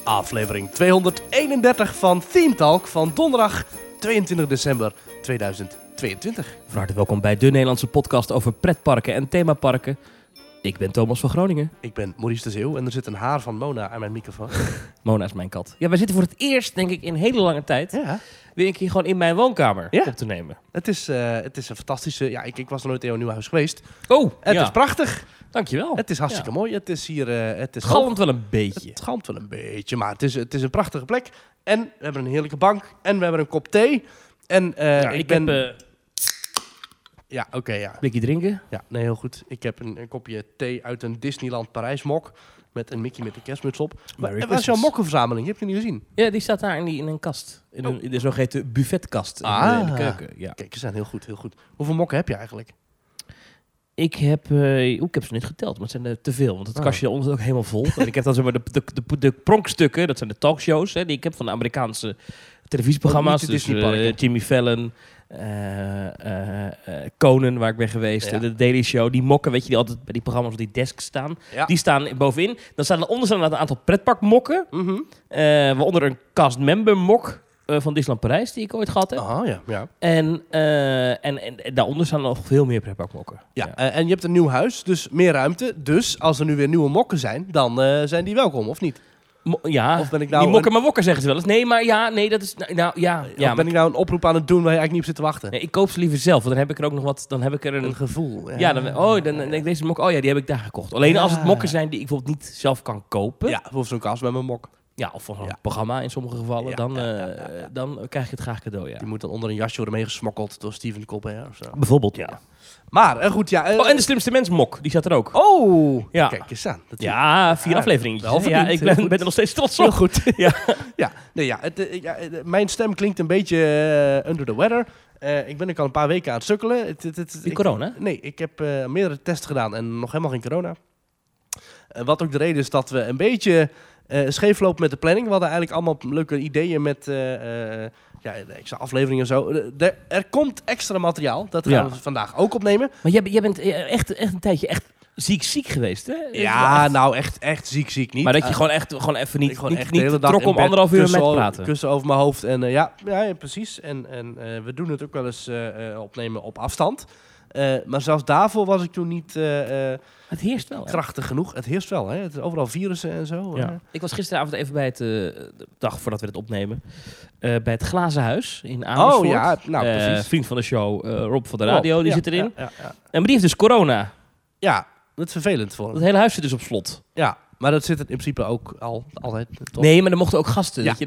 Aflevering 231 van Theme Talk van donderdag 22 december 2022. Van harte welkom bij de Nederlandse podcast over pretparken en themaparken. Ik ben Thomas van Groningen. Ik ben Maurice de Zeeuw en er zit een haar van Mona aan mijn microfoon. Mona is mijn kat. Ja, wij zitten voor het eerst, denk ik, in hele lange tijd weer een keer gewoon in mijn woonkamer op te nemen. Het is een fantastische... Ja, ik was nog nooit in jouw nieuwe huis geweest. Oh, Het is prachtig. Dankjewel. Het is hartstikke mooi. Het is hier... het galmt wel een beetje. Het galmt wel een beetje, maar het is een prachtige plek. En we hebben een heerlijke bank. En we hebben een kop thee. En ik ben... Ja, oké, ja. Blikje drinken? Ja, nee, heel goed. Ik heb een kopje thee uit een Disneyland Parijs mok. Met een Mickey met een kerstmuts op. Waar is jouw mokkenverzameling? Je hebt die niet gezien. Ja, die staat daar in een kast. In de zogeheten buffetkast in de keuken. Ja. Kijk, ze zijn heel goed, heel goed. Hoeveel mokken heb je eigenlijk? Ik heb ze niet geteld, maar het zijn er te veel. Want het kastje onder is ook helemaal vol. En ik heb dan zeg maar de pronkstukken, dat zijn de talkshows die ik heb van de Amerikaanse televisieprogramma's. Dus Jimmy Fallon, Conan, waar ik ben geweest, de Daily Show. Die mokken, weet je, die altijd bij die programma's op die desk staan. Ja. Die staan bovenin. Dan staan eronder een aantal pretparkmokken. Mm-hmm. Waaronder een castmember mok van Disneyland Parijs, die ik ooit gehad heb. Aha, ja. En daaronder staan nog veel meer pretparkmokken. Ja. En je hebt een nieuw huis, dus meer ruimte. Dus als er nu weer nieuwe mokken zijn, dan zijn die welkom, of niet? Of ben ik nou die mokken maar wokken, zeggen ze wel eens. Nee, maar dat is... Of ben ik nou een oproep aan het doen waar je eigenlijk niet op zit te wachten? Nee, ik koop ze liever zelf, want dan heb ik er ook nog wat... Dan heb ik er een gevoel. Dan denk ik, deze mok, die heb ik daar gekocht. Alleen als het mokken zijn die ik bijvoorbeeld niet zelf kan kopen. Ja, bijvoorbeeld zo'n kast met mijn mok. Ja, of van zo'n programma in sommige gevallen. Dan krijg je het graag cadeau, ja. Die moet dan onder een jasje worden meegesmokkeld door Steven Colbert of zo. Bijvoorbeeld, ja. Maar, goed, ja... en de slimste mens mok, die zat er ook. Oh! Ja. Kijk eens aan. 4 afleveringen. Ja, ik ben er nog steeds trots op. Heel goed. Mijn stem klinkt een beetje under the weather. Ik ben ook al een paar weken aan het sukkelen. Corona? Nee, ik heb meerdere tests gedaan en nog helemaal geen corona. Wat ook de reden is dat we een beetje... scheef lopen met de planning. We hadden eigenlijk allemaal leuke ideeën met extra afleveringen en zo. Er komt extra materiaal. Dat gaan we vandaag ook opnemen. Maar jij bent echt een tijdje echt ziek geweest, hè? Ja, nou echt ziek niet. Maar dat je gewoon even niet trok om 1,5 uur met te praten. Kussen over mijn hoofd. En ja, precies. En we doen het ook wel eens opnemen op afstand. Maar zelfs daarvoor was ik toen niet... het heerst wel. Krachtig genoeg. Het heerst wel, hè? Het is overal virussen en zo. Ja. Ik was gisteravond even bij de dag voordat we het opnemen, bij het Glazen Huis in Amersfoort. Oh ja, nou precies. Vriend van de show, Rob van de radio, die zit erin. Ja. Maar die heeft dus corona. Ja, dat is vervelend voor hem. Het hele huis zit dus op slot. Ja, maar dat zit in principe ook altijd. Toch? Nee, maar er mochten ook gasten. Ja,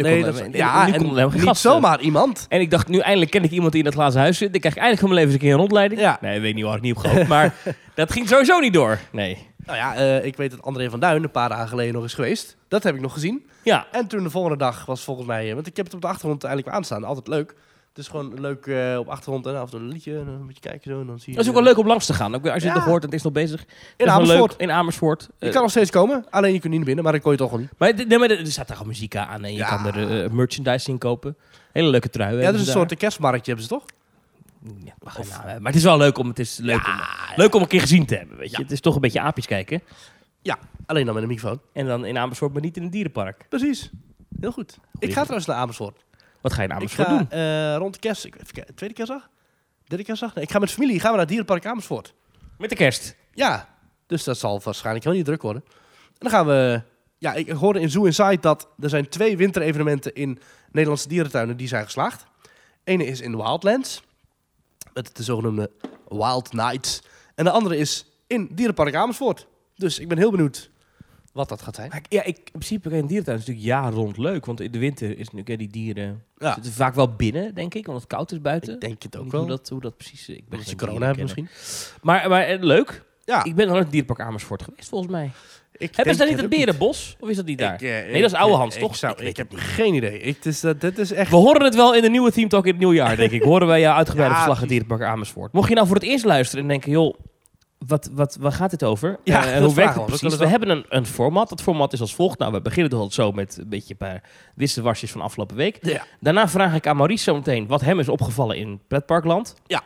niet gasten. Zomaar iemand. En ik dacht, nu eindelijk ken ik iemand die in dat Glazen Huis zit. Dan krijg ik eigenlijk van mijn leven eens een keer een rondleiding. Ja. Nee, ik weet niet waar ik niet op gehoopt. Maar dat ging sowieso niet door. Nee. Nou ja, ik weet dat André van Duin een paar dagen geleden nog is geweest. Dat heb ik nog gezien. Ja. En toen de volgende dag was volgens mij... want ik heb het op de achtergrond eigenlijk wel aanstaan. Altijd leuk. Het is gewoon leuk op achtergrond en af en toe een liedje. En dan moet je kijken zo en dan zie je... Dat is ook wel leuk om langs te gaan. Ook als je het nog hoort en het is nog bezig. In Amersfoort. In Amersfoort. Je kan nog steeds komen. Alleen je kunt niet naar binnen, maar dan kon je toch al niet. Maar er staat daar gewoon muziek aan. En je kan er merchandise in kopen. Hele leuke truien. Ja, dat is een soort kerstmarktje hebben ze toch? Ja, maar het is wel leuk om leuk om een keer gezien te hebben. Weet je? Het is toch een beetje aapjes kijken. Ja, alleen dan met een microfoon. En dan in Amersfoort, maar niet in een dierenpark. Precies. Heel goed. Ik ga trouwens naar Amersfoort. Wat ga je naar Amersfoort doen? Rond de kerst. Tweede kerstdag? Derde kerstdag? Nee, ik ga met familie. Gaan we naar het dierenpark Amersfoort. Met de kerst? Ja. Dus dat zal waarschijnlijk heel niet druk worden. En dan gaan we... Ja, ik hoorde in Zoo Inside dat er zijn 2 winterevenementen in Nederlandse dierentuinen die zijn geslaagd. Ene is in Wildlands. Met de zogenoemde Wild Nights. En de andere is in dierenpark Amersfoort. Dus ik ben heel benieuwd wat dat gaat zijn. In principe in een dierentuin is natuurlijk jaar rond leuk. Want in de winter is natuurlijk die dieren zitten vaak wel binnen, denk ik. Want het koud is buiten. Ik denk het ook wel. Hoe dat precies... Ik ben dat je corona hebt misschien. Maar leuk. Ja. Ik ben nog in het dierenpark Amersfoort geweest, volgens mij. Hebben ze daar niet het Berenbos? Of is dat niet daar? Nee, dat is Oude Hans, toch? Ik heb geen idee. Dit is echt... We horen het wel in de nieuwe Theme Talk in het nieuwjaar, denk ik. Horen wij jou uitgebreide verslag het dierenpark Amersfoort. Mocht je nou voor het eerst luisteren en denken, joh, waar gaat dit over? Ja, hoe werkt het precies? We hebben een format. Dat format is als volgt. Nou, we beginnen toch altijd zo met een beetje een paar wisselwasjes van afgelopen week. Ja. Daarna vraag ik aan Maurice zo meteen wat hem is opgevallen in pretparkland. Ja.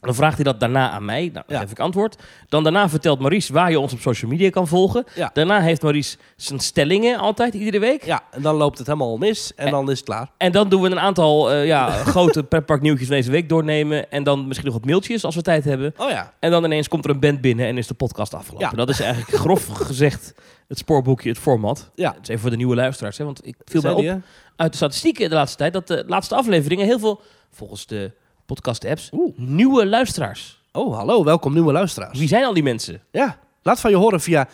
Dan vraagt hij dat daarna aan mij. Nou, dan geef ik antwoord. Dan daarna vertelt Maurice waar je ons op social media kan volgen. Ja. Daarna heeft Maurice zijn stellingen altijd, iedere week. Ja, en dan loopt het helemaal mis en dan is het klaar. En dan doen we een aantal grote pretparknieuwtjes van deze week doornemen. En dan misschien nog wat mailtjes als we tijd hebben. Oh ja. En dan ineens komt er een band binnen en is de podcast afgelopen. Ja. Dat is eigenlijk grof gezegd het spoorboekje, het format. Ja. Het is even voor de nieuwe luisteraars. Hè? Want ik viel mij Zei op uit de statistieken de laatste tijd dat de laatste afleveringen heel veel, volgens de podcast-apps, nieuwe luisteraars. Oh, hallo, welkom nieuwe luisteraars. Wie zijn al die mensen? Ja, laat van je horen via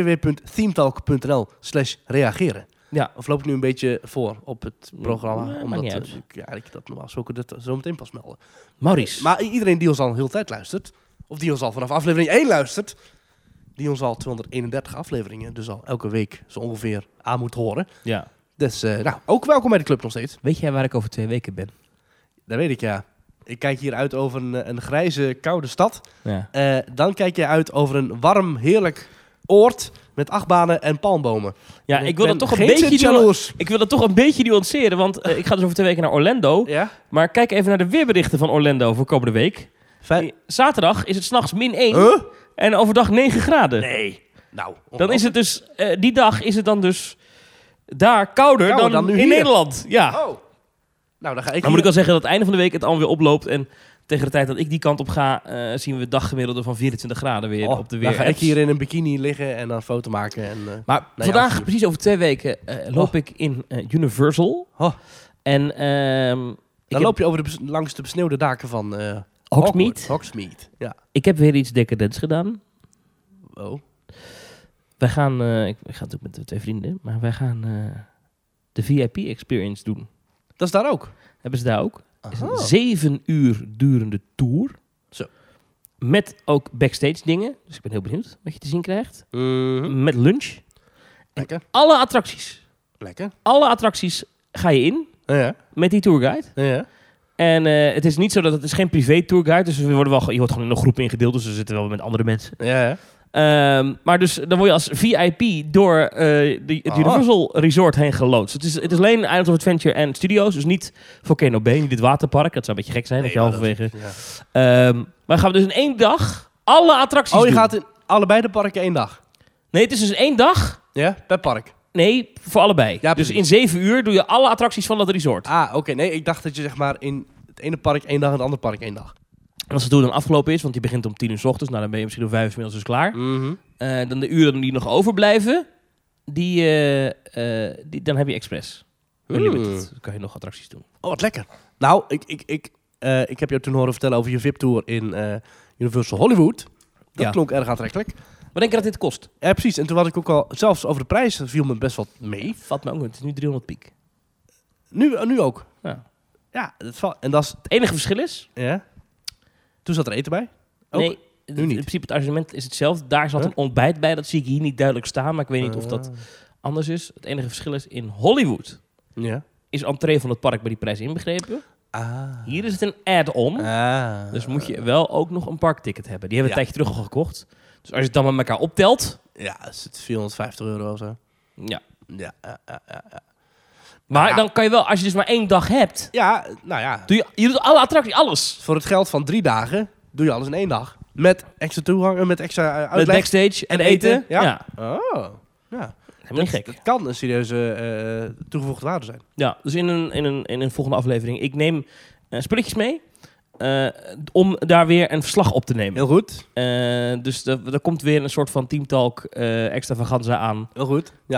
www.themetalk.nl/reageren. Ja. Of loop ik nu een beetje voor op het programma? Nee, Omdat maakt niet ik dat normaal gesproken zo meteen pas melden. Maurice. Maar iedereen die ons al een hele tijd luistert, of die ons al vanaf aflevering 1 luistert, die ons al 231 afleveringen, dus al elke week zo ongeveer aan moet horen. Ja. Dus ook welkom bij de club nog steeds. Weet jij waar ik over 2 weken ben? Dat weet ik, ja. Ik kijk hier uit over een grijze, koude stad. Ja. Dan kijk je uit over een warm, heerlijk oord met achtbanen en palmbomen. Ja, ik wil dat toch een beetje nuanceren, want ik ga dus over 2 weken naar Orlando. Ja? Maar kijk even naar de weerberichten van Orlando voor komende week. Zaterdag is het 's nachts -1 en overdag 9 graden. Nee. Nou, dan is het dus, die dag is het dan dus daar kouder dan nu in hier. Nederland. Ja. Oh. Nou, dan ga ik Dan moet ik wel zeggen dat het einde van de week het allemaal weer oploopt. En tegen de tijd dat ik die kant op ga, zien we het daggemiddelde van 24 graden weer op de weer. Dan ga ik hier in een bikini liggen en dan een foto maken. Maar vandaag, precies over 2 weken, loop ik in Universal. En dan loop je langs de besneeuwde daken van Hogsmeade. Ja. Ik heb weer iets decadents gedaan. Oh. Wij gaan, ik ga natuurlijk met de 2 vrienden, maar wij gaan de VIP-experience doen. Dat is daar ook? Hebben ze daar ook. Het is een 7 uur durende tour. Zo. Met ook backstage dingen. Dus ik ben heel benieuwd wat je te zien krijgt. Met lunch. Lekker. Alle attracties. Lekker. Alle attracties ga je in. Ja. Met die tourguide. Ja. En het is niet zo dat het is geen privé tourguide. Dus je wordt gewoon in een groep ingedeeld. Dus we zitten wel met andere mensen. Ja. Maar dus dan word je als VIP door het Universal Resort heen geloodst. Het is alleen Islands of Adventure en Studios. Dus niet Volcano Bay, niet dit waterpark. Dat zou een beetje gek zijn. Nee, dat je halverwege... maar gaan we dus in 1 dag alle attracties doen. Je gaat in allebei de parken 1 dag? Nee, het is dus 1 dag. Ja, per park? Nee, voor allebei. Ja, dus in 7 uur doe je alle attracties van dat resort. Oké. Nee, ik dacht dat je zeg maar in het ene park 1 dag en het andere park 1 dag. En als het tour dan afgelopen is, want die begint om 10 uur 's ochtends. Nou, dan ben je misschien om 5 uur 's middags dus klaar. Dan de uren die nog overblijven, dan heb je Express. Unlimited. Dan kan je nog attracties doen. Oh, wat lekker. Nou, ik heb jou toen horen vertellen over je VIP-tour in Universal Hollywood. Dat klonk erg aantrekkelijk. Wat denk je dat dit kost? Ja, precies. En toen had ik ook al, zelfs over de prijs, viel me best wel mee. Valt me ook niet. Het is nu 300 piek. Nu ook? Ja. Ja, dat valt. En dat is... Het enige verschil is... Ja. Toen zat er eten bij? Ook? Nee, nu niet. In principe het argument is hetzelfde. Daar zat een ontbijt bij. Dat zie ik hier niet duidelijk staan. Maar ik weet niet of dat anders is. Het enige verschil is in Hollywood is entree van het park bij die prijs inbegrepen. Hier is het een add-on. Dus moet je wel ook nog een parkticket hebben. Die hebben we een tijdje terug al gekocht. Dus als je het dan met elkaar optelt... Ja, is het €450 of zo. Ja. Ja. Maar dan kan je wel, als je dus maar 1 dag hebt... Ja, nou ja. Je doet alle attracties, alles. Voor het geld van 3 dagen doe je alles in 1 dag. Met extra toegang, met extra uitleg. Met backstage en eten. Ja. Oh, ja. Helemaal niet gek. Het kan een serieuze toegevoegde waarde zijn. Ja, dus in een volgende aflevering. Ik neem spulletjes mee om daar weer een verslag op te nemen. Heel goed. Dus er komt weer een soort van Teamtalk extravaganza aan. Heel goed. Ja.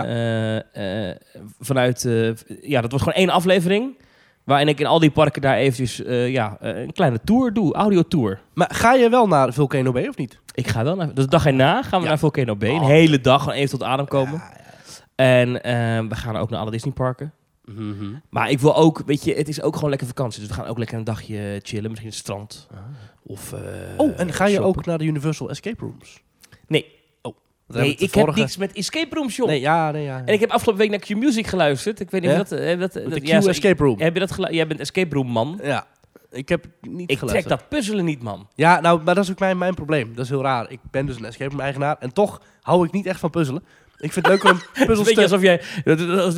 Vanuit, dat wordt gewoon 1 aflevering. Waarin ik in al die parken daar eventjes een kleine tour doe. Audiotour. Maar ga je wel naar Volcano Bay of niet? Ik ga wel naar... Dus de dag erna gaan we naar Volcano Bay. Een hele dag gewoon even tot adem komen. Ja. En we gaan ook naar alle Disneyparken. Maar ik wil ook, weet je, het is ook gewoon lekker vakantie. Dus we gaan ook lekker een dagje chillen. Misschien het strand. Of, en ga je ook naar de Universal Escape Rooms? Nee. Nee, ik heb niks met escape rooms, joh. Nee, ja. En ik heb afgelopen week naar Q-Music geluisterd. Ik weet niet of dat... de Q Escape Room. Heb je dat Jij bent escape room man. Ja. Ik heb niet geluisterd. Ik trek dat puzzelen niet, man. Ja, nou, maar dat is ook mijn probleem. Dat is heel raar. Ik ben dus een escape room eigenaar. En toch hou ik niet echt van puzzelen. Ik vind het leuk om puzzels te... alsof jij...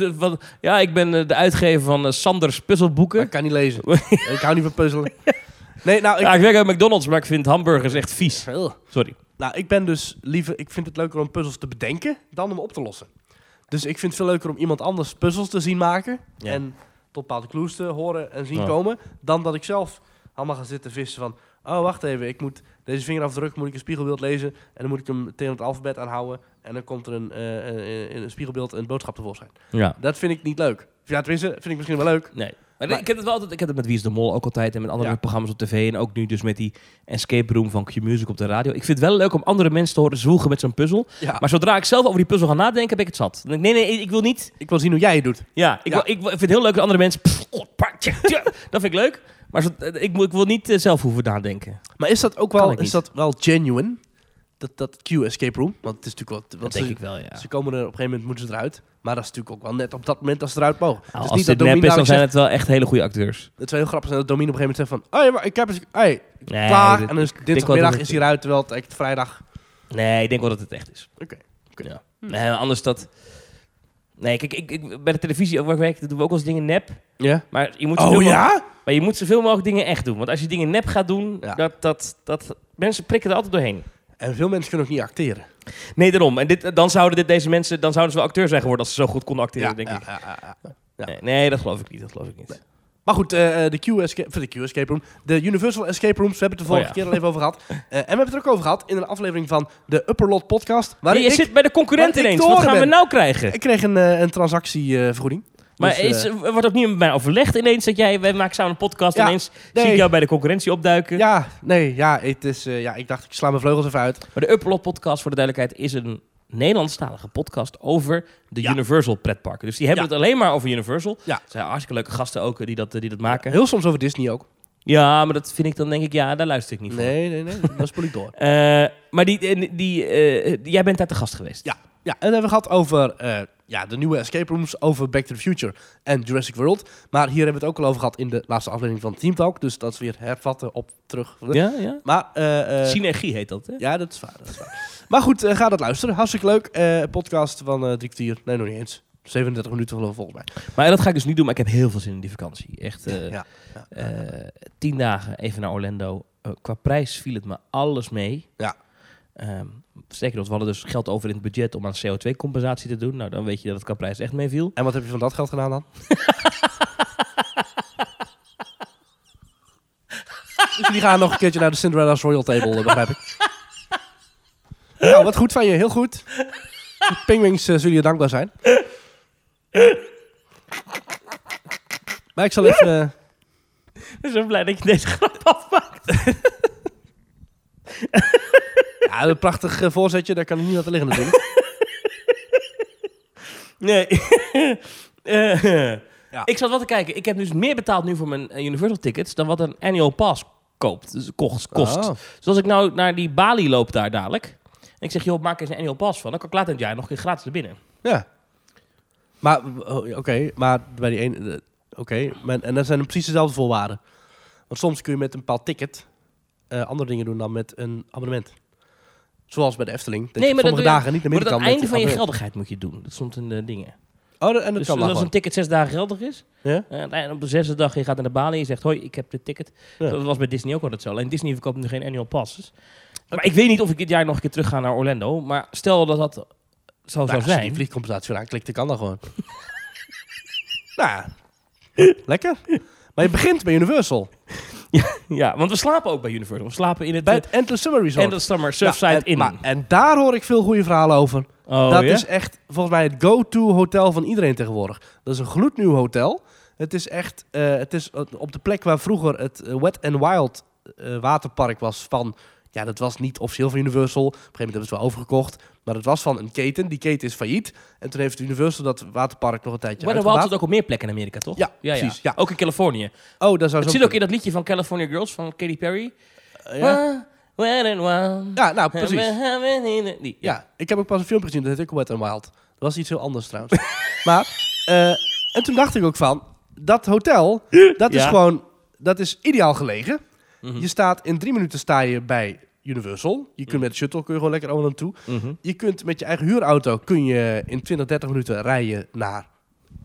ik ben de uitgever van Sanders puzzelboeken. Maar ik kan niet lezen. Ik hou niet van puzzelen. Nee, nou, Ik werk bij McDonald's, maar ik vind hamburgers echt vies. Sorry. Nou, ik ben dus liever... Ik vind het leuker om puzzels te bedenken dan om op te lossen. Dus ik vind het veel leuker om iemand anders puzzels te zien maken. Ja. En tot bepaalde clues te horen en zien komen. Dan dat ik zelf allemaal ga zitten vissen van... Oh, wacht even. Ik moet deze vingerafdruk moet ik een spiegelbeeld lezen. En dan moet ik hem tegen het alfabet aanhouden. En dan komt er in een spiegelbeeld een boodschap tevoorschijn. Ja. Dat vind ik niet leuk. Ja, tenminste, vind ik misschien wel leuk. Nee. Maar ik heb het wel altijd. Ik heb het met Wie is de Mol ook altijd. En met andere programma's op tv. En ook nu dus met die escape room van Q-Music op de radio. Ik vind het wel leuk om andere mensen te horen zwoegen met zo'n puzzel. Ja. Maar zodra ik zelf over die puzzel ga nadenken, heb ik het zat. Dan denk ik, nee, ik wil niet. Ik wil zien hoe jij het doet. Ja, ik vind het heel leuk dat andere mensen... dat vind ik leuk. Maar ik wil niet zelf hoeven nadenken. Maar is dat ook wel genuine? Dat Q-escape room? Want het is natuurlijk dat denk ik wel, ja. Ze komen er op een gegeven moment, moeten ze eruit. Maar dat is natuurlijk ook wel net op dat moment als ze eruit mogen. Nou, als het nep is, dan zijn het wel echt hele goede acteurs. Het is wel heel grappig dat Domien op een gegeven moment zegt van... maar ik heb eens... klaar. En dan is dinsdagmiddag is hij eruit, terwijl het echt vrijdag... Nee, ik denk wel dat het echt is. Oké. Ja. Nee, anders dat... Nee, kijk, ik bij de televisie waar ik werk, doen we ook wel eens dingen nep. Ja? Maar je moet maar je moet zoveel mogelijk dingen echt doen. Want als je dingen nep gaat doen, dat mensen prikken er altijd doorheen. En veel mensen kunnen ook niet acteren. Nee, daarom. En dan zouden ze wel acteur zijn geworden als ze zo goed konden acteren, denk ik. Ja. Nee, dat geloof ik niet. Nee. Maar goed, de Q-escape room. De Universal Escape Rooms, we hebben het de vorige keer al even over gehad. En we hebben het er ook over gehad in een aflevering van de Upper Lot podcast. Je zit bij de concurrent ineens. Wat gaan we nou krijgen? Ik kreeg een transactievergoeding. Maar wordt ook niet met mij overlegd ineens dat wij maken samen een podcast ineens zie ik jou bij de concurrentie opduiken? Ik dacht ik sla mijn vleugels even uit. Maar de Upper Lot podcast, voor de duidelijkheid, is een Nederlandstalige podcast over de Universal pretparken. Dus die hebben het alleen maar over Universal. Ja. Er zijn hartstikke leuke gasten ook die dat maken. Heel soms over Disney ook. Ja, maar dat vind ik dan denk ik, daar luister ik niet voor. Nee, dan spoel ik door. Maar jij bent daar te gast geweest. Ja, en we hebben gehad over de nieuwe escape rooms, over Back to the Future en Jurassic World. Maar hier hebben we het ook al over gehad in de laatste aflevering van Team Talk. Dus dat is weer hervatten op terug. Ja. Maar, synergie heet dat, hè? Ja, dat is waar. Maar goed, ga dat luisteren. Hartstikke leuk. Podcast van 3 kwartier. Nee, nog niet eens. 37 minuten geloof ik volgens mij. Maar dat ga ik dus niet doen, maar ik heb heel veel zin in die vakantie. Echt 10 dagen even naar Orlando. Qua prijs viel het me alles mee. Ja. Zeker dat we hadden dus geld over in het budget om aan CO2-compensatie te doen. Nou, dan weet je dat het qua prijs echt meeviel. En wat heb je van dat geld gedaan dan? Dus die gaan nog een keertje naar de Cinderella's Royal Table, begrijp ik. Nou, wat goed van je. Heel goed. De Pingwings zullen je dankbaar zijn. Maar ik zal even... Ik ben zo blij dat je deze grap afmaakt. Ja, een prachtig voorzetje. Daar kan ik niet laten liggen natuurlijk. Nee. Ik zat wel te kijken. Ik heb dus meer betaald nu voor mijn Universal tickets dan wat een annual pass kost. Dus als ik nou naar die Bali loop daar dadelijk... En ik zeg, joh, maak eens een annual pass van. Dan kan ik later in het jaar nog een keer gratis naar binnen. Ja. Maar, maar bij die ene... en dat zijn precies dezelfde voorwaarden. Want soms kun je met een bepaald ticket andere dingen doen dan met een abonnement. Zoals bij de Efteling. Dat sommige dagen niet naar binnen kan. Maar aan het einde van je geldigheid moet je doen. Dat stond in de dingen. En dat kan als een ticket 6 dagen geldig is. Ja? En op de 6e dag je gaat naar de balie en je zegt, hoi, ik heb dit ticket. Ja. Dat was bij Disney ook altijd zo. Alleen Disney verkoopt nu geen annual passes. Maar ik weet niet of ik dit jaar nog een keer terug ga naar Orlando. Maar stel dat dat zo zou zijn. Als je die vliegcompensatie aanklikt, dan kan dat gewoon. Nou, lekker. Maar je begint bij Universal. Ja, want we slapen ook bij Universal. We slapen in bij het Endless Summer Resort. Endless Summer Surfside Inn. En daar hoor ik veel goede verhalen over. Dat is echt volgens mij het go-to hotel van iedereen tegenwoordig. Dat is een gloednieuw hotel. Het is echt het is op de plek waar vroeger het Wet n Wild waterpark was van... Ja, dat was niet officieel van Universal. Op een gegeven moment hebben ze het wel overgekocht. Maar het was van een keten. Die keten is failliet. En toen heeft Universal dat waterpark nog een tijdje uitgebouwd. Maar er was ook op meer plekken in Amerika, toch? Ja, precies. Ja. Ook in Californië. Oh, dat zou het zit ook in dat liedje van California Girls van Katy Perry. Ja, nou, precies. Ja, ik heb ook pas een filmpje gezien. Dat heet ook Wet n Wild. Dat was iets heel anders trouwens. Maar, en toen dacht ik ook van... Dat hotel, dat is gewoon... Dat is ideaal gelegen. Mm-hmm. Je staat in 3 minuten sta je bij Universal. Je kunt met de shuttle gewoon lekker overal naartoe. Mm-hmm. Je kunt met je eigen huurauto in 20, 30 minuten rijden naar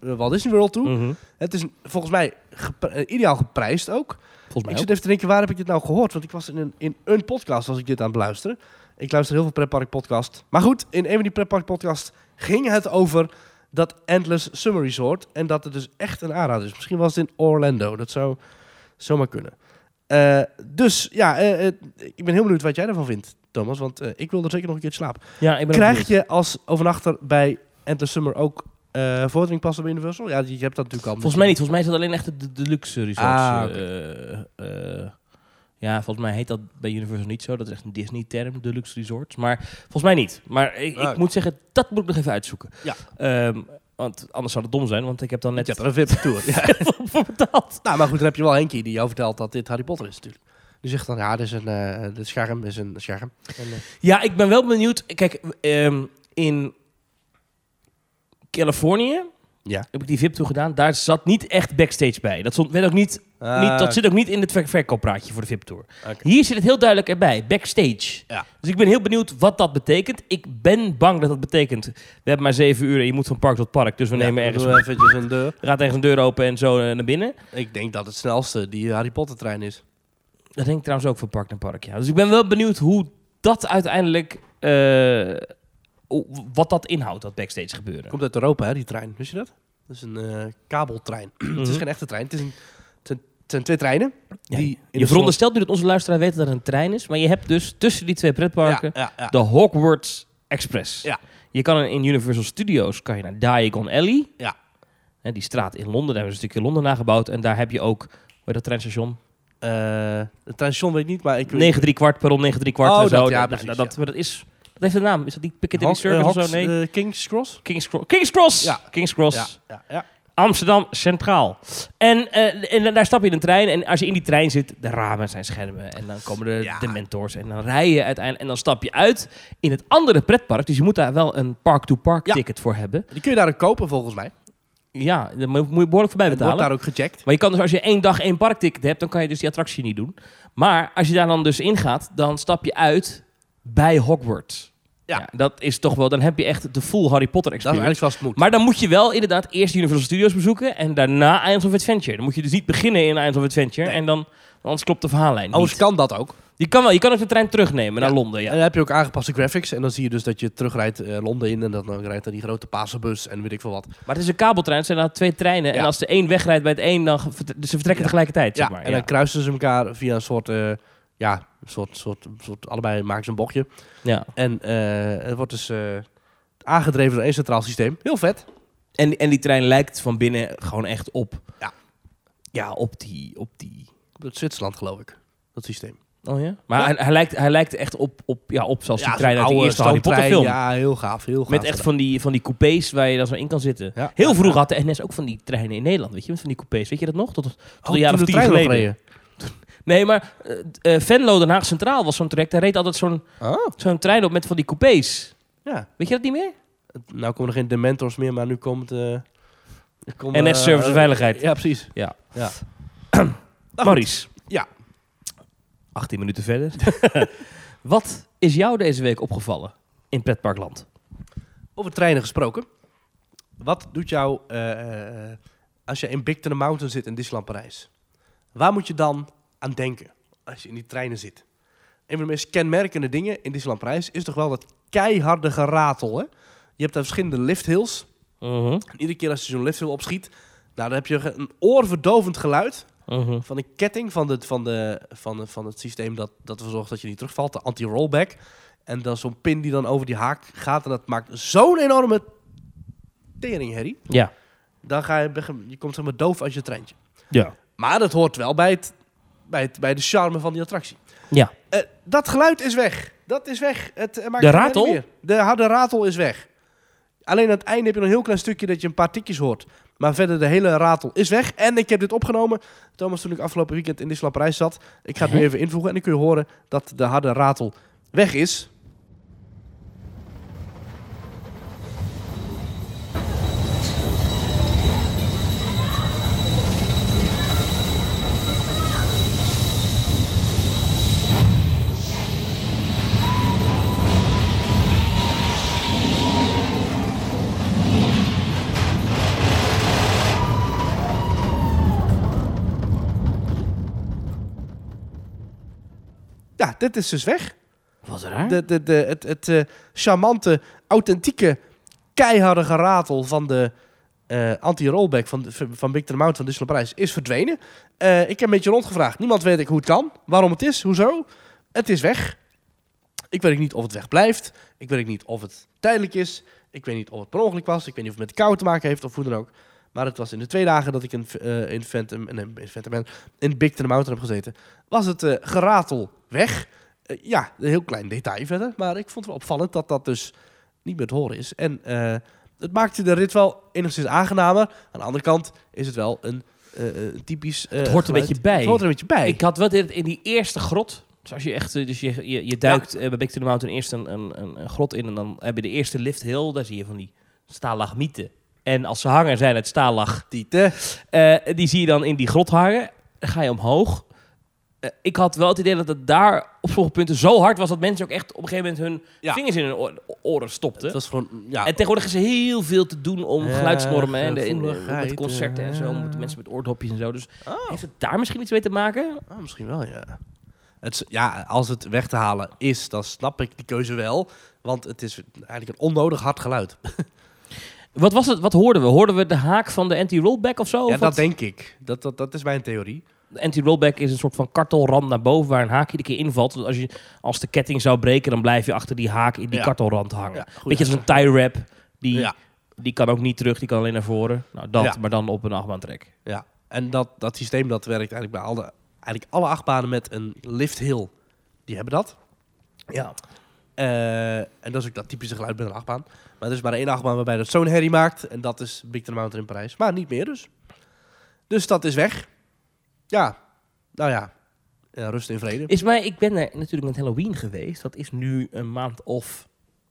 Walt Disney World toe. Mhm. Het is volgens mij ideaal geprijsd ook. Volgens mij Ik ook. zit even te denken, waar heb ik dit nou gehoord? Want ik was in een podcast, was ik dit aan het beluisteren. Ik luister heel veel pretpark podcast. Maar goed, in een van die pretpark podcasts ging het over dat Endless Summer Resort. En dat het dus echt een aanrader is. Misschien was het in Orlando. Dat zou zomaar kunnen. Dus ja, ik ben heel benieuwd wat jij ervan vindt, Thomas. Want ik wil er zeker nog een keer slapen. Ja, ik ben Krijg je als overnachter bij Endless Summer ook vordering passen bij Universal? Ja, je hebt dat natuurlijk al. Volgens mij niet. Volgens mij is dat alleen echt de deluxe resorts. Ja, volgens mij heet dat bij Universal niet zo. Dat is echt een Disney-term, deluxe resorts. Maar volgens mij niet. Maar ik moet zeggen, dat moet ik nog even uitzoeken. Ja. Want anders zou het dom zijn, want ik heb dan net... Je hebt er een VIP-tour. voor betaald. Nou, maar goed, dan heb je wel Henkie die jou vertelt dat dit Harry Potter is natuurlijk. Die zegt dan, ja, dit is de scherm is een scherm. En, Ja, ik ben wel benieuwd. Kijk, in Californië heb ik die VIP-tour gedaan. Daar zat niet echt backstage bij. Dat werd ook niet, dat zit ook niet in het verkooppraatje voor de VIP-tour. Okay. Hier zit het heel duidelijk erbij, backstage. Ja. Dus ik ben heel benieuwd wat dat betekent. Ik ben bang dat dat betekent, we hebben maar 7 uur en je moet van park tot park. Dus we nemen ergens een deur. Gaat ergens een deur open en zo naar binnen. Ik denk dat het snelste die Harry Potter trein is. Dat denk ik trouwens ook van park naar park, ja. Dus ik ben wel benieuwd hoe dat uiteindelijk... wat dat inhoudt, dat backstage gebeuren. Komt uit Europa, hè, die trein. Wist je dat? Dat is een kabeltrein. Het is geen echte trein. Het zijn 2 treinen. Ja, je veronderstelt nu dat onze luisteraar weet dat er een trein is. Maar je hebt dus tussen die 2 pretparken de Hogwarts Express. Ja. Je kan in Universal Studios kan je naar Diagon Alley. Ja. En die straat in Londen, daar hebben ze een stukje Londen nagebouwd. En daar heb je ook, hoe heet dat treinstation? Het treinstation weet ik niet, maar ik... 9-3-kwart, perron 9-3-kwart en zo. Ja, precies. Maar dat is... Wat heeft de naam? Is dat die Piccadilly Circus of zo? Nee. King's Cross? King's Cross! Ja. King's Cross. Ja. Amsterdam Centraal. En daar stap je in een trein. En als je in die trein zit, de ramen zijn schermen. En dan komen de mentors. En dan rij je uiteindelijk. En dan stap je uit in het andere pretpark. Dus je moet daar wel een park-to-park ticket voor hebben. Die kun je daar ook kopen, volgens mij. Ja, daar moet je behoorlijk voorbij betalen. Wordt daar ook gecheckt. Maar je kan dus, als je 1 dag 1 parkticket hebt, dan kan je dus die attractie niet doen. Maar als je daar dan dus ingaat, dan stap je uit bij Hogwarts. Ja, dat is toch wel... Dan heb je echt de full Harry Potter experience. Dat is eigenlijk vast moet. Maar dan moet je wel inderdaad eerst Universal Studios bezoeken en daarna Islands of Adventure. Dan moet je dus niet beginnen in Islands of Adventure en dan... Anders klopt de verhaallijn Anders niet. kan dat ook. Je kan wel. Je kan ook de trein terugnemen naar Londen. Ja. En dan heb je ook aangepaste graphics. En dan zie je dus dat je terugrijdt Londen in. En dan rijdt er die grote Pasenbus en weet ik veel wat. Maar het is een kabeltrein. Het zijn dan 2 treinen. Ja. En als de 1 wegrijdt bij het 1, dan... Dus ze vertrekken tegelijkertijd, zeg maar. En dan kruisen ze elkaar via een soort... soort allebei maken ze een bochtje. Ja. En het wordt dus aangedreven door 1 centraal systeem. Heel vet. En die trein lijkt van binnen gewoon echt op... Ja, op die... Op het Zwitserland, geloof ik. Dat systeem. Oh ja? Maar hij lijkt echt op zoals die trein uit de eerste Harry Potter film. Ja, heel gaaf. Met echt van die coupés waar je dan zo in kan zitten. Ja. Heel vroeg had de NS ook van die treinen in Nederland, weet je? Met van die coupés. Weet je dat nog? Tot een jaar of 10 geleden. Nee, maar Venlo, Den Haag Centraal was zo'n traject. Daar reed altijd zo'n trein op met van die coupés. Ja. Weet je dat niet meer? Nou komen er geen Dementors meer, maar nu komt... NS Service en Veiligheid. Ja, precies. Ja. Maurice. Ja. 18 minuten verder. Wat is jou deze week opgevallen in pretparkland? Over treinen gesproken. Wat doet jou als je in Big Thunder Mountain zit in Disneyland Parijs? Waar moet je dan aan denken als je in die treinen zit? Een van de meest kenmerkende dingen in Disneyland Parijs is toch wel dat keiharde geratel. Hè? Je hebt daar verschillende lifthills. En iedere keer als je zo'n lifthill opschiet, nou, dan heb je een oorverdovend geluid. Van de ketting van het systeem dat ervoor zorgt dat je niet terugvalt. De anti-rollback. En dan zo'n pin die dan over die haak gaat. En dat maakt zo'n enorme teringherrie. Ja. Dan je komt zeg maar doof uit je treintje. Ja. Maar dat hoort wel bij de charme van die attractie. Ja. Dat geluid is weg. Dat is weg. De ratel? Meer. De harde ratel is weg. Alleen aan het einde heb je nog een heel klein stukje dat je een paar tikjes hoort. Maar verder, de hele ratel is weg. En ik heb dit opgenomen, Thomas, toen ik afgelopen weekend in Disneyland Parijs zat. Ik ga het nu even invoegen en dan kun je horen dat de harde ratel weg is. dit is dus weg. Wat raar. Het charmante, authentieke, keiharde geratel van de anti-rollback van Big Thunder Mountain van Disneyland Parijs is verdwenen. Ik heb een beetje rondgevraagd. Niemand weet hoe het kan, waarom het is, hoezo. Het is weg. Ik weet niet of het weg blijft. Ik weet niet of het tijdelijk is. Ik weet niet of het per ongeluk was. Ik weet niet of het met de kou te maken heeft of hoe dan ook. Maar het was in de 2 dagen dat ik in Big Thunder Mountain heb gezeten, was het geratel weg. Een heel klein detail verder. Maar ik vond het wel opvallend dat dat dus niet meer te horen is. En het maakte de rit wel enigszins aangenamer. Aan de andere kant is het wel een typisch het hoort er een beetje bij. Het hoort er een beetje bij. Ik had wel in die eerste grot. Dus als je echt, je duikt bij Big Thunder Mountain eerst een grot in en dan heb je de eerste lift hill. Daar zie je van die staalagmieten. En als ze hangen zijn het staalagtieten. Die zie je dan in die grot hangen. Dan ga je omhoog. Ik had wel het idee dat het daar op sommige punten zo hard was dat mensen ook echt op een gegeven moment hun vingers in hun oren stopten. Het was gewoon, En tegenwoordig is er heel veel te doen om geluidsnormen en met concerten en zo. Moeten mensen met oordopjes en zo. Dus heeft het daar misschien iets mee te maken? Misschien wel, ja. Als het weg te halen is, dan snap ik die keuze wel. Want het is eigenlijk een onnodig hard geluid. Wat was het? Wat hoorden we? Hoorden we de haak van de anti-rollback of zo? Ja, dat denk ik. Dat is mijn theorie. De anti-rollback is een soort van kartelrand naar boven waar een haak iedere keer invalt. Dus als de ketting zou breken, dan blijf je achter die haak in die kartelrand hangen. Ja, beetje als een tie wrap. Die kan ook niet terug, die kan alleen naar voren. Nou, maar dan op een achtbaantrek. Ja, en dat systeem dat werkt eigenlijk bij alle achtbanen met een lift hill. Die hebben dat. Ja. En dat is ook dat typische geluid bij een achtbaan. Maar er is maar 1 achtbaan waarbij dat zo'n herrie maakt. En dat is Big Thunder Mountain in Parijs. Maar niet meer dus. Dus dat is weg. Ja, nou ja. Rust en vrede. Ik ben er natuurlijk met Halloween geweest. Dat is nu een maand of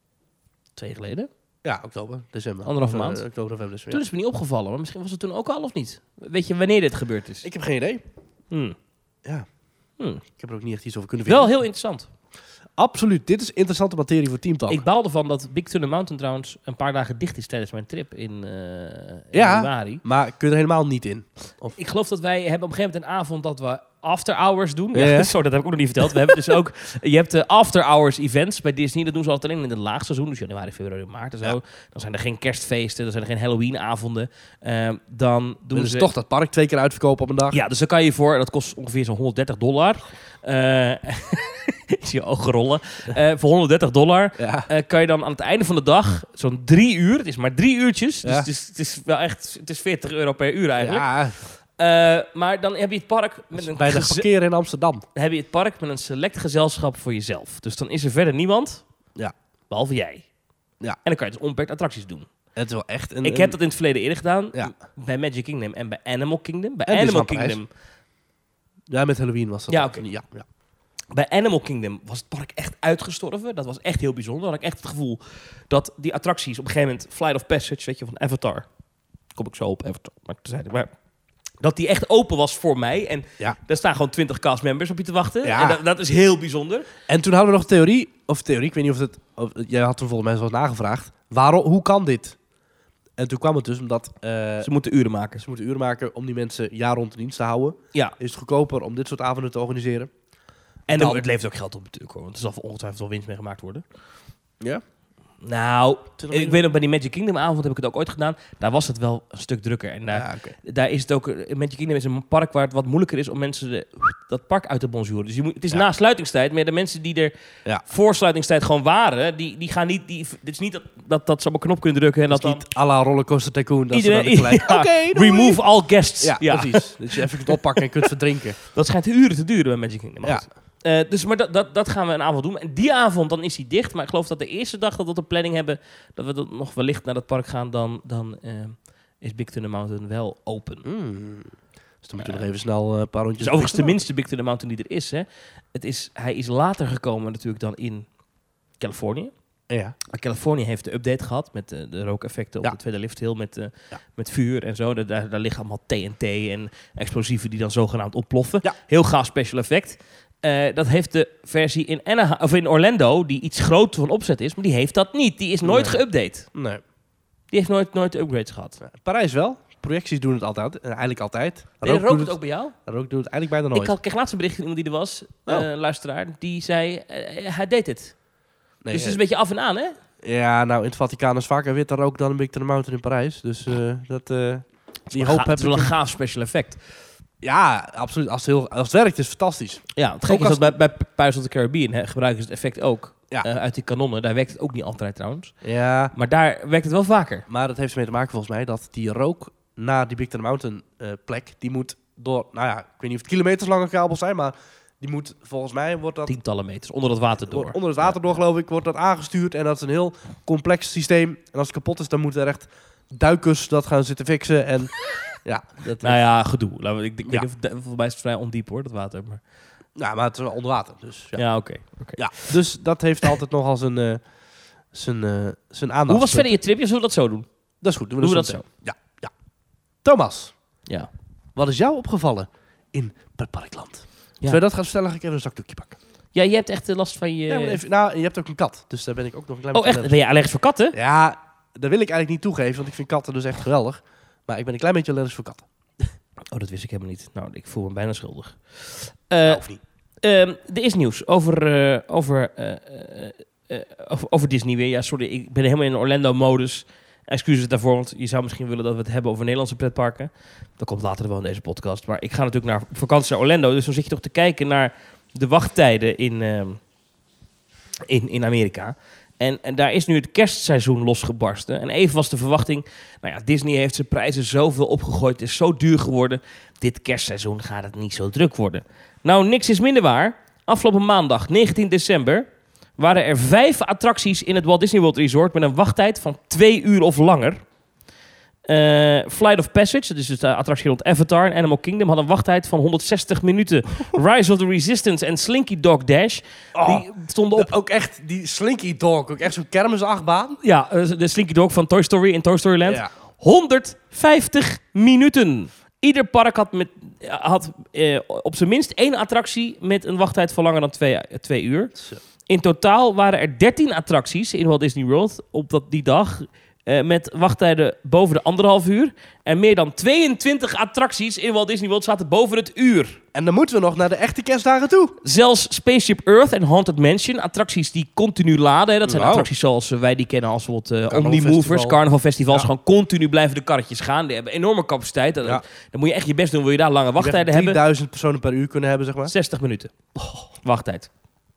2 geleden. Ja, oktober, december. 1,5 maand. Oktober, november, december. Toen is me niet opgevallen. Maar misschien was het toen ook al of niet. Weet je wanneer dit gebeurd is? Ik heb geen idee. Ja. Ik heb er ook niet echt iets over kunnen vinden. Wel heel interessant. Absoluut. Dit is interessante materie voor Team Talk. Ik baalde van dat Big Thunder Mountain trouwens een paar dagen dicht is tijdens mijn trip in januari. Maar kun je er helemaal niet in? Of? Ik geloof dat wij hebben op een gegeven moment een avond dat we after hours doen. Ja. Sorry, dat heb ik ook nog niet verteld. We hebben dus ook, je hebt de after hours events bij Disney. Dat doen ze altijd alleen in het laagseizoen. Dus januari, februari, maart en zo. Ja. Dan zijn er geen kerstfeesten, dan zijn er geen Halloween-avonden. Dan doen ze toch dat park 2 keer uitverkopen op een dag. Ja, dus dan kan je dat kost ongeveer zo'n $130. Ik zie je ogen rollen. Voor $130 kan je dan aan het einde van de dag zo'n 3 uur. Het is maar 3 uurtjes. Ja. Dus het is wel echt, het is €40 per uur eigenlijk. Ja. Maar dan heb je het park met bij de parkeren in Amsterdam. Dan heb je het park met een select gezelschap voor jezelf. Dus dan is er verder niemand, behalve jij. Ja. En dan kan je dus onbeperkt attracties doen. Het is wel echt ik heb dat in het verleden eerder gedaan. Ja. Bij Magic Kingdom en bij Animal Kingdom. Bij Animal Kingdom. Ja, met Halloween was dat. Ja, oké. Ja. Bij Animal Kingdom was het park echt uitgestorven. Dat was echt heel bijzonder. Had ik echt het gevoel dat die attracties op een gegeven moment, Flight of Passage, weet je, van Avatar. Kom ik zo op Avatar. Maar dat die echt open was voor mij. En daar staan gewoon 20 castmembers op je te wachten. Ja. En dat is heel bijzonder. En toen hadden we nog theorie, ik weet niet of het... jij had toen volgens mij zoals nagevraagd. Hoe kan dit? En toen kwam het dus omdat... ze moeten uren maken. Ze moeten uren maken om die mensen jaar rond in dienst te houden. Ja. Is het goedkoper om dit soort avonden te organiseren. En het levert ook geld op natuurlijk, hoor. Want er zal ongetwijfeld wel winst mee gemaakt worden. Ja? Nou, ik weet nog, bij die Magic Kingdom avond heb ik het ook ooit gedaan. Daar was het wel een stuk drukker. En daar is het ook... Magic Kingdom is een park waar het wat moeilijker is om mensen dat park uit te bonjouren. Dus het is na sluitingstijd, maar de mensen die er voor sluitingstijd gewoon waren, die gaan niet... Dit is niet dat ze op een knop kunnen drukken en dat dan... niet à la Rollercoaster Tycoon, dat iedereen, ze dan gelijk... Oké, remove all guests. Ja, precies. Dat je even kunt oppakken en kunt verdrinken. Dat schijnt uren te duren bij Magic Kingdom. Ja. Maar dat gaan we een avond doen. En die avond, dan is hij dicht. Maar ik geloof dat de eerste dag dat we de planning hebben, dat we nog wellicht naar dat park gaan, dan is Big Thunder Mountain wel open. Dus dan moeten we nog even snel een paar rondjes... Dus overigens de minste Big Thunder Mountain die er is. Hè. Hij is later gekomen natuurlijk dan in Californië. Ja. Maar Californië heeft de update gehad met de rookeffecten op de tweede lift hill met vuur en zo. Daar liggen allemaal TNT en explosieven die dan zogenaamd ontploffen. Ja. Heel gaaf special effect. Dat heeft de versie in Orlando, die iets groter van opzet is, maar die heeft dat niet. Die is nooit geüpdate. Nee. Die heeft nooit upgrades gehad. Parijs wel. projecties doen het altijd. Eigenlijk altijd. Rookt het ook bij jou? Rook doet het eigenlijk bijna nooit. Ik kreeg laatst een bericht van iemand die er was, luisteraar, die zei, hij deed het. Dus het is een beetje af en aan, hè? Ja, nou, in het Vaticaan is vaker witter rook dan een Big Thunder Mountain in Parijs. Dus die hoop heb ik. Het is wel een gaaf special effect. Ja, absoluut. Als het werkt, is het fantastisch. Ja, het gekke is dat bij Pirates of the Caribbean gebruiken ze het effect ook. Ja. Uit die kanonnen. Daar werkt het ook niet altijd trouwens. Ja. Maar daar werkt het wel vaker. Maar dat heeft ermee te maken volgens mij dat die rook naar die Big Thunder Mountain plek, die moet door, nou ja, ik weet niet of het kilometers lange kabels zijn, maar die moet volgens mij, wordt dat... Tientallen meters, onder het water door. Onder het water door, geloof ik, wordt dat aangestuurd. En dat is een heel complex systeem. En als het kapot is, dan moeten er echt duikers dat gaan zitten fixen. En ja, dat nou ja, gedoe. Ik denk, volgens mij is het vrij ondiep hoor, dat water. Maar... Ja, maar het is wel onder water. Dus, ja, oké. Ja, dus dat heeft altijd nog als zijn aandacht. Hoe was verder je tripje? Zullen we dat zo doen? Dat is goed. Doen we dat zo? Ja. Thomas. Ja. Wat is jou opgevallen in Pretparkland? Als wij dat gaan vertellen, ga ik even een zakdoekje pakken. Ja, je hebt echt last van je... Ja, je hebt ook een kat. Dus daar ben ik ook nog een klein beetje... Oh, echt? Ben je allergisch voor katten? Ja, dat wil ik eigenlijk niet toegeven, want ik vind katten dus echt geweldig. Maar ik ben een klein beetje allergisch voor katten. Oh, dat wist ik helemaal niet. Nou, ik voel me bijna schuldig. Of niet. Er is nieuws over Disney weer. Ja, sorry, ik ben helemaal in Orlando-modus. Excuses daarvoor, want je zou misschien willen dat we het hebben over Nederlandse pretparken. Dat komt later wel in deze podcast. Maar ik ga natuurlijk naar vakantie naar Orlando. Dus dan zit je toch te kijken naar de wachttijden in Amerika. En daar is nu het kerstseizoen losgebarsten. En even was de verwachting... Nou ja, Disney heeft zijn prijzen zoveel opgegooid. Het is zo duur geworden. Dit kerstseizoen gaat het niet zo druk worden. Nou, niks is minder waar. Afgelopen maandag, 19 december... waren er 5 attracties in het Walt Disney World Resort... met een wachttijd van 2 uur of langer. Flight of Passage, dat is dus de attractie rond Avatar en Animal Kingdom... had een wachttijd van 160 minuten. Rise of the Resistance en Slinky Dog Dash... die stonden op... Ook echt, die Slinky Dog, ook echt zo'n kermisachtbaan. Ja, de Slinky Dog van Toy Story in Toy Story Land. Ja. 150 minuten. Ieder park had op zijn minst 1 attractie... met een wachttijd van langer dan 2 uur. Zo. In totaal waren er 13 attracties in Walt Disney World op die dag... met wachttijden boven de 1,5 uur. En meer dan 22 attracties in Walt Disney World zaten boven het uur. En dan moeten we nog naar de echte kerstdagen toe. Zelfs Spaceship Earth en Haunted Mansion, attracties die continu laden. Dat zijn attracties zoals wij die kennen als bijvoorbeeld Omnimovers, Carnival Festivals. Ja. Gewoon continu blijven de karretjes gaan. Die hebben enorme capaciteit. Dan moet je echt je best doen, wil je daar lange wachttijden hebben. 3000 personen per uur kunnen hebben, zeg maar. 60 minuten. Wachttijd.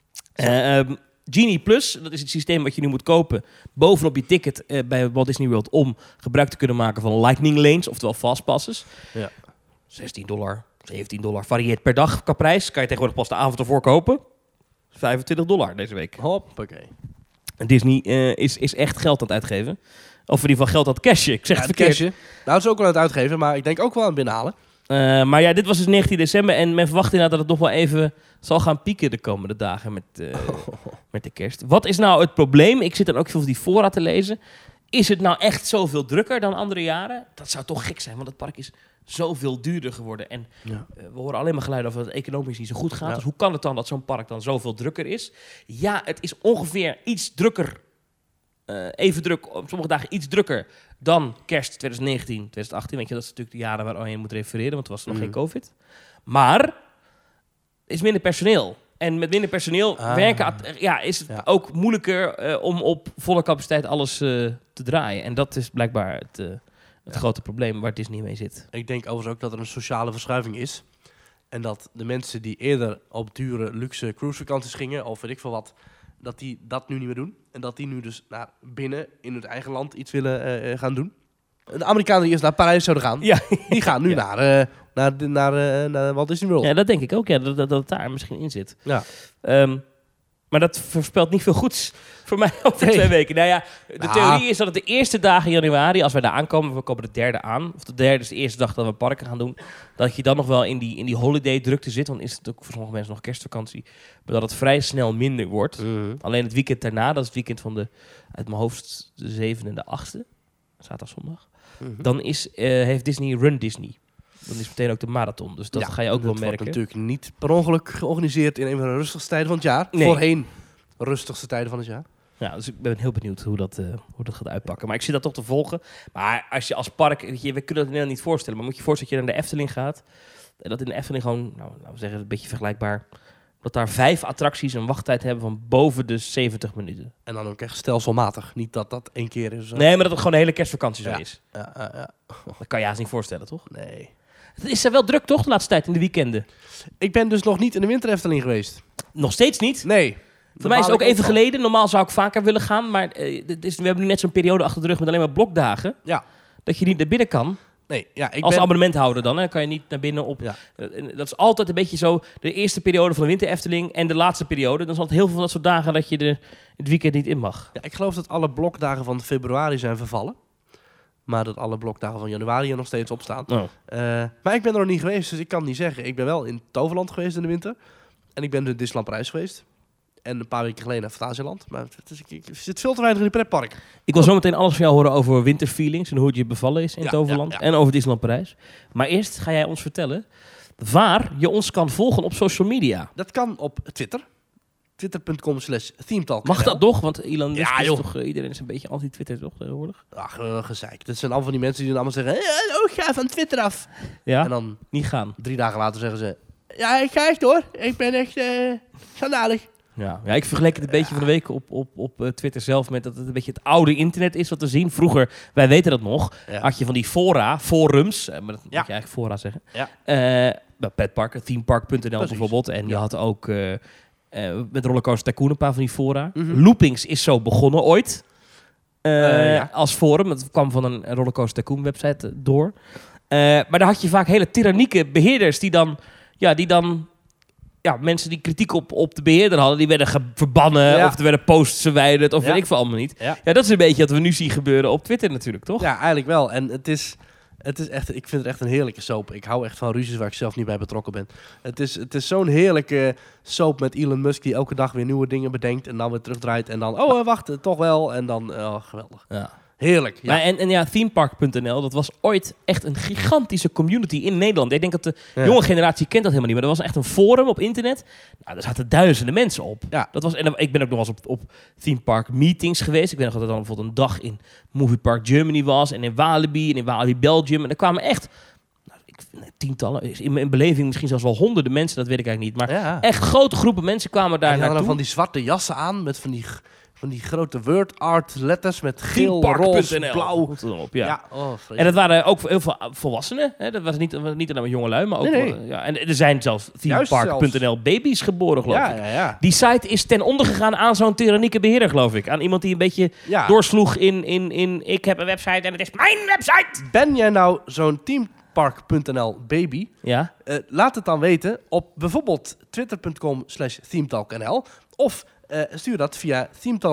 Genie Plus, dat is het systeem wat je nu moet kopen bovenop je ticket bij Walt Disney World om gebruik te kunnen maken van Lightning Lanes, oftewel fastpasses. Ja. $16, $17, varieert per dag qua prijs. Kan je tegenwoordig pas de avond ervoor kopen. $25 deze week. Hoppakee. Disney is echt geld aan het uitgeven. Of in ieder geval geld aan het cashen. Ik zeg het verkeerd. Cashen. Nou, het is ook wel aan het uitgeven, maar ik denk ook wel aan het binnenhalen. Maar ja, dit was dus 19 december en men verwacht inderdaad dat het nog wel even zal gaan pieken de komende dagen met de kerst. Wat is nou het probleem? Ik zit dan ook veel van die fora te lezen. Is het nou echt zoveel drukker dan andere jaren? Dat zou toch gek zijn, want het park is zoveel duurder geworden. En we horen alleen maar geluiden over dat het economisch niet zo goed gaat. Ja. Dus hoe kan het dan dat zo'n park dan zoveel drukker is? Ja, het is ongeveer iets drukker. Even druk, op sommige dagen iets drukker dan kerst 2019, 2018. Weet je, dat is natuurlijk de jaren waar je moet refereren, want er was nog geen COVID. Maar er is minder personeel. En met minder personeel is het ook moeilijker om op volle capaciteit alles te draaien. En dat is blijkbaar het grote probleem waar Disney mee zit. Ik denk overigens ook dat er een sociale verschuiving is. En dat de mensen die eerder op dure, luxe cruisevakanties gingen, of weet ik veel wat, dat die dat nu niet meer doen. En dat die nu dus naar binnen in hun eigen land iets willen gaan doen. De Amerikanen die eerst naar Parijs zouden gaan, die gaan nu naar Walt Disney World. Ja, dat denk ik ook. Ja, dat het daar misschien in zit. Ja. Maar dat voorspelt niet veel goeds voor mij over 2 weken. Nou ja, de theorie is dat het de eerste dagen in januari, als wij daar aankomen, we komen de 3e aan, of de 3e is de eerste dag dat we parken gaan doen, dat je dan nog wel in die holiday drukte zit, want is het ook voor sommige mensen nog kerstvakantie, maar dat het vrij snel minder wordt. Alleen het weekend daarna, dat is het weekend van uit mijn hoofd de 7e en de 8e, zaterdag, zondag, dan heeft Disney Run Disney. Dan is meteen ook de marathon. Dus dat ga je ook wel merken. Dat wordt natuurlijk niet per ongeluk georganiseerd in een van de rustigste tijden van het jaar. Nee. Voorheen rustigste tijden van het jaar. Ja, dus ik ben heel benieuwd hoe dat gaat uitpakken. Maar ik zit dat toch te volgen. Maar als je als park... we kunnen het in Nederland niet voorstellen. Maar moet je voorstellen dat je naar de Efteling gaat. En dat in de Efteling gewoon, laten we zeggen, een beetje vergelijkbaar. Dat daar 5 attracties een wachttijd hebben van boven de 70 minuten. En dan ook echt stelselmatig. Niet dat dat 1 keer is. Nee, maar dat het gewoon de hele kerstvakantie zo is. Ja. Dat kan je haast niet voorstellen, toch? Nee. Het is wel druk, toch, de laatste tijd in de weekenden? Ik ben dus nog niet in de winter Efteling geweest. Nog steeds niet? Nee. Voor mij is het ook even geleden. Normaal zou ik vaker willen gaan. Maar we hebben nu net zo'n periode achter de rug met alleen maar blokdagen. Ja. Dat je niet naar binnen kan. Nee, ja, Als abonnementhouder dan, hè, kan je niet naar binnen op... Ja. Dat is altijd een beetje zo de eerste periode van de winter Efteling en de laatste periode. Dan is altijd heel veel van dat soort dagen dat je het weekend niet in mag. Ja, ik geloof dat alle blokdagen van februari zijn vervallen. Maar dat alle blokdagen van januari er nog steeds op staan. Oh. Maar ik ben er nog niet geweest, dus ik kan het niet zeggen. Ik ben wel in Toverland geweest in de winter. En ik ben in Disneyland Parijs geweest. En een paar weken geleden naar Fantasieland. Maar ik zit veel te weinig in die pretpark. Ik wil zo meteen alles van jou horen over winterfeelings en hoe het je bevallen is in Toverland. Ja. En over Disneyland Parijs. Maar eerst ga jij ons vertellen waar je ons kan volgen op social media. Dat kan op Twitter. Twitter.com/themetalk. Mag dat toch? Want Elon Musk Ja, is joh. toch... iedereen is een beetje anti-Twitter toch tegenwoordig? Ach, gezeik. Dat zijn allemaal van die mensen die dan allemaal zeggen... Oh, ga van Twitter af. Ja, En dan niet gaan. 3 dagen later zeggen ze... Ja, ik ga echt hoor. Ik ben echt schandalig. Ja, ik vergeleek het een beetje van de week op Twitter zelf met dat het een beetje het oude internet is wat te zien. Vroeger, wij weten dat nog, had je van die forums, maar dat moet je eigenlijk fora zeggen. Ja. Bij petparken, themepark.nl bijvoorbeeld. En je had ook met Rollercoaster Tycoon een paar van die fora. Mhm. Loopings is zo begonnen ooit. Als forum. Het kwam van een Rollercoaster Tycoon website door. Maar daar had je vaak hele tyrannieke beheerders die dan mensen die kritiek op de beheerder hadden, die werden verbannen of er werden posts verwijderd of weet ik veel allemaal niet. Ja, dat is een beetje wat we nu zien gebeuren op Twitter natuurlijk, toch? Ja, eigenlijk wel. En het is echt, ik vind het echt een heerlijke soap. Ik hou echt van ruzies waar ik zelf niet bij betrokken ben. Het is zo'n heerlijke soap met Elon Musk die elke dag weer nieuwe dingen bedenkt en dan weer terugdraait en dan, wacht, toch wel. En dan, geweldig. Ja. Heerlijk. Ja. Maar en themepark.nl, dat was ooit echt een gigantische community in Nederland. Ik denk dat de jonge generatie kent dat helemaal niet, maar er was echt een forum op internet. Nou, daar zaten duizenden mensen op. Ja. Dat was, en ik ben ook nog wel eens op themepark meetings geweest. Ik weet nog dat er dan bijvoorbeeld een dag in Movie Park Germany was en in Walibi en in Walibi Belgium. En er kwamen echt tientallen, in beleving misschien zelfs wel honderden mensen, dat weet ik eigenlijk niet. Maar echt grote groepen mensen kwamen daar naartoe. Van die zwarte jassen aan met van die grote word art letters met geel, roze, blauw. En dat waren ook heel veel volwassenen. Hè? Dat was niet alleen maar jongelui, maar ook... En er zijn zelfs themepark.nl baby's geboren, geloof ik. Ja. Die site is ten onder gegaan aan zo'n tyrannieke beheerder, geloof ik. Aan iemand die een beetje doorsloeg in ik heb een website en het is mijn website! Ben jij nou zo'n themepark.nl baby? Ja. Laat het dan weten op bijvoorbeeld twitter.com/themetalknl of... stuur dat via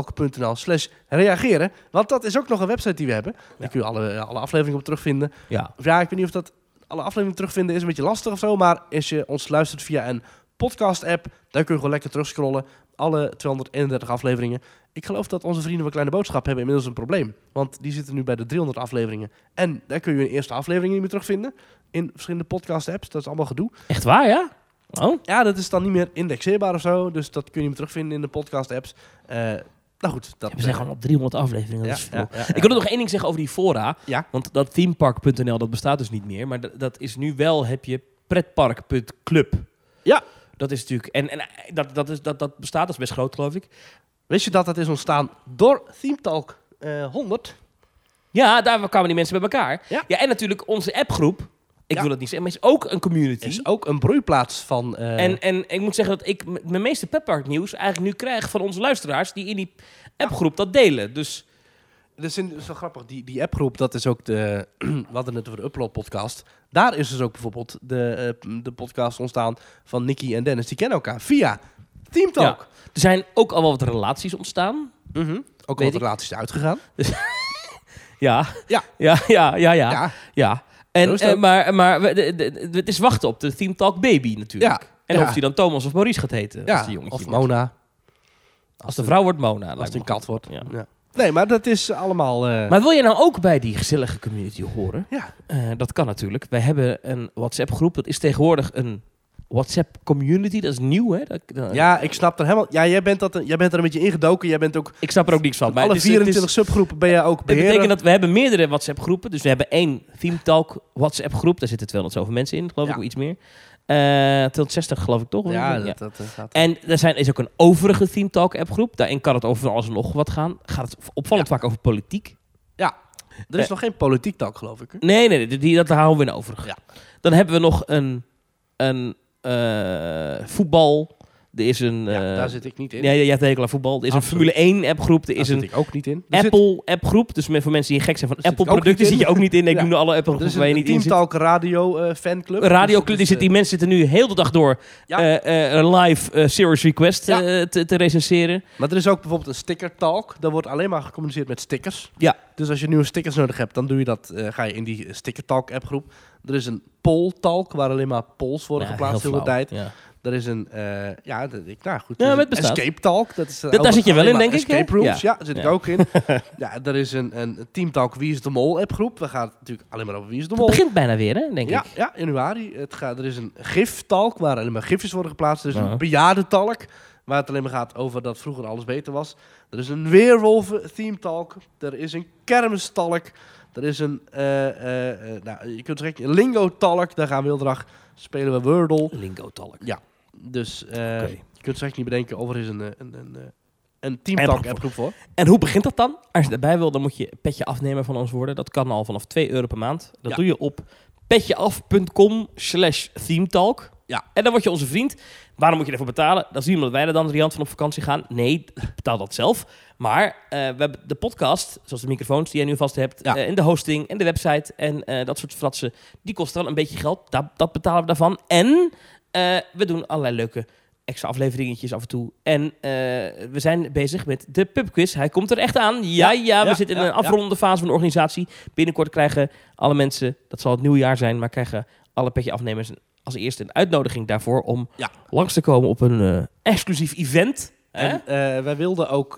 themetalk.nl/reageren. Want dat is ook nog een website die we hebben. Daar kun je alle afleveringen op terugvinden. Ja, ik weet niet of dat alle afleveringen terugvinden is een beetje lastig of zo. Maar als je ons luistert via een podcast-app, dan kun je gewoon lekker terugscrollen. Alle 231 afleveringen. Ik geloof dat onze vrienden van Kleine Boodschap hebben inmiddels een probleem. Want die zitten nu bij de 300 afleveringen. En daar kun je een eerste aflevering niet meer terugvinden. In verschillende podcast-apps. Dat is allemaal gedoe. Echt waar, ja? Oh. Ja, dat is dan niet meer indexeerbaar of zo. Dus dat kun je niet meer terugvinden in de podcast-apps. Nou goed. We zijn gewoon op 300 afleveringen. Dat is veel. Ik wil nog één ding zeggen over die fora. Ja? Want dat themepark.nl, dat bestaat dus niet meer. Maar dat is nu wel, heb je pretpark.club. Ja. Dat is natuurlijk... En dat bestaat, dat is best groot, geloof ik. Wist je dat is ontstaan door Themetalk 100? Ja, daar kwamen die mensen bij elkaar. Ja, en natuurlijk onze appgroep. Ik wil het niet zeggen, maar is ook een community. Is ook een broeiplaats van... En ik moet zeggen dat ik mijn meeste pretpark nieuws eigenlijk nu krijg van onze luisteraars die in die appgroep dat delen. Dus... Dat is zo grappig. Die appgroep, dat is ook we hadden het over de Upload podcast. Daar is dus ook bijvoorbeeld de podcast ontstaan van Nicky en Dennis. Die kennen elkaar via Themetalk. Ja. Er zijn ook al wel wat relaties ontstaan. Mm-hmm. Ook al wat relaties uitgegaan. Dus ja. En, maar het is wachten op de Themetalk baby natuurlijk. Ja. En of die dan Thomas of Maurice gaat heten. Als die jongetje of Mona. Als de vrouw wordt Mona. Als het een kat wordt. Ja. Nee, maar dat is allemaal... Maar wil je nou ook bij die gezellige community horen? Ja. Dat kan natuurlijk. Wij hebben een WhatsApp groep. Dat is tegenwoordig een WhatsApp community, dat is nieuw, hè? Ja, ik snap er helemaal... Ja, jij bent er een beetje ingedoken. Jij bent ook... Ik snap er ook niks van. Maar alle 24 subgroepen ben jij ook beheerder. Dat betekent dat we hebben meerdere WhatsApp-groepen. Dus we hebben 1 Theme Talk WhatsApp-groep. Daar zitten 200 zoveel mensen in, geloof ik, of iets meer. 260 geloof ik toch? Ja, dat gaat. En er is ook een overige Theme Talk appgroep. Daarin kan het over alles en nog wat gaan. Gaat het opvallend vaak over politiek. Ja, er is nog geen politiek talk, geloof ik. Hè? Nee, dat houden we in overig. Ja. Dan hebben we nog een voetbal. Er is een... daar zit ik niet in. Nee, jij hebt hekel aan voetbal. Er is een Formule 1 appgroep. Er is daar een zit ik ook niet in. Apple appgroep. Dus voor mensen die gek zijn van Daar Apple producten zit je ook niet in. Ik Ja. noem alle Apple groepen waar je niet in zit. Team Talk radio fanclub. Radioclub, die mensen zitten nu heel de dag door een live Serious Request te recenseren. Maar er is ook bijvoorbeeld een sticker talk. Daar wordt alleen maar gecommuniceerd met stickers. Ja. Dus als je nieuwe stickers nodig hebt, dan doe je dat, ga je in die sticker talk appgroep. Er is een poll talk, waar alleen maar polls worden geplaatst de hele tijd. Ja. Er is een, goed. Ja, met escape talk. Dat is, daar zit je wel in, denk ik. Escape rooms, daar zit Ja. ik ook in. Ja, er is een team talk Wie is de Mol appgroep. We gaan het natuurlijk alleen maar over Wie is de Het Mol. begint bijna weer, hè, denk ik. Ja, januari. Er is een gif-talk, waar alleen maar gifjes worden geplaatst. Er is Ja. een bejaardentalk, waar het alleen maar gaat over dat vroeger alles beter was. Er is een weerwolven-theme-talk. Er is een kermistalk. Er is een, je kunt zeggen, een lingo-talk. Daar gaan we heel graag spelen we Wordle. Lingo-talk. Ja, dus je kunt zich niet bedenken of er is een team-talk appgroep voor. En hoe begint dat dan? Als je daarbij wil, dan moet je petje afnemer van ons worden. Dat kan al vanaf €2 per maand. Dat doe je op petjeaf.com/themetalk. Ja. En dan word je onze vriend. Waarom moet je ervoor betalen? Dat is niet omdat wij er dan Riant van op vakantie gaan. Nee, betaal dat zelf. Maar we hebben de podcast, zoals de microfoons die jij nu vast hebt, en de hosting en de website en dat soort fratsen, die kosten wel een beetje geld. Dat betalen we daarvan. En we doen allerlei leuke extra afleveringetjes af en toe. En we zijn bezig met de pubquiz. Hij komt er echt aan. We zitten in een afrondende fase van de organisatie. Binnenkort krijgen alle mensen, dat zal het nieuwjaar zijn, maar krijgen alle petje afnemers als eerste een uitnodiging daarvoor om langs te komen op een exclusief event. En wij wilden ook,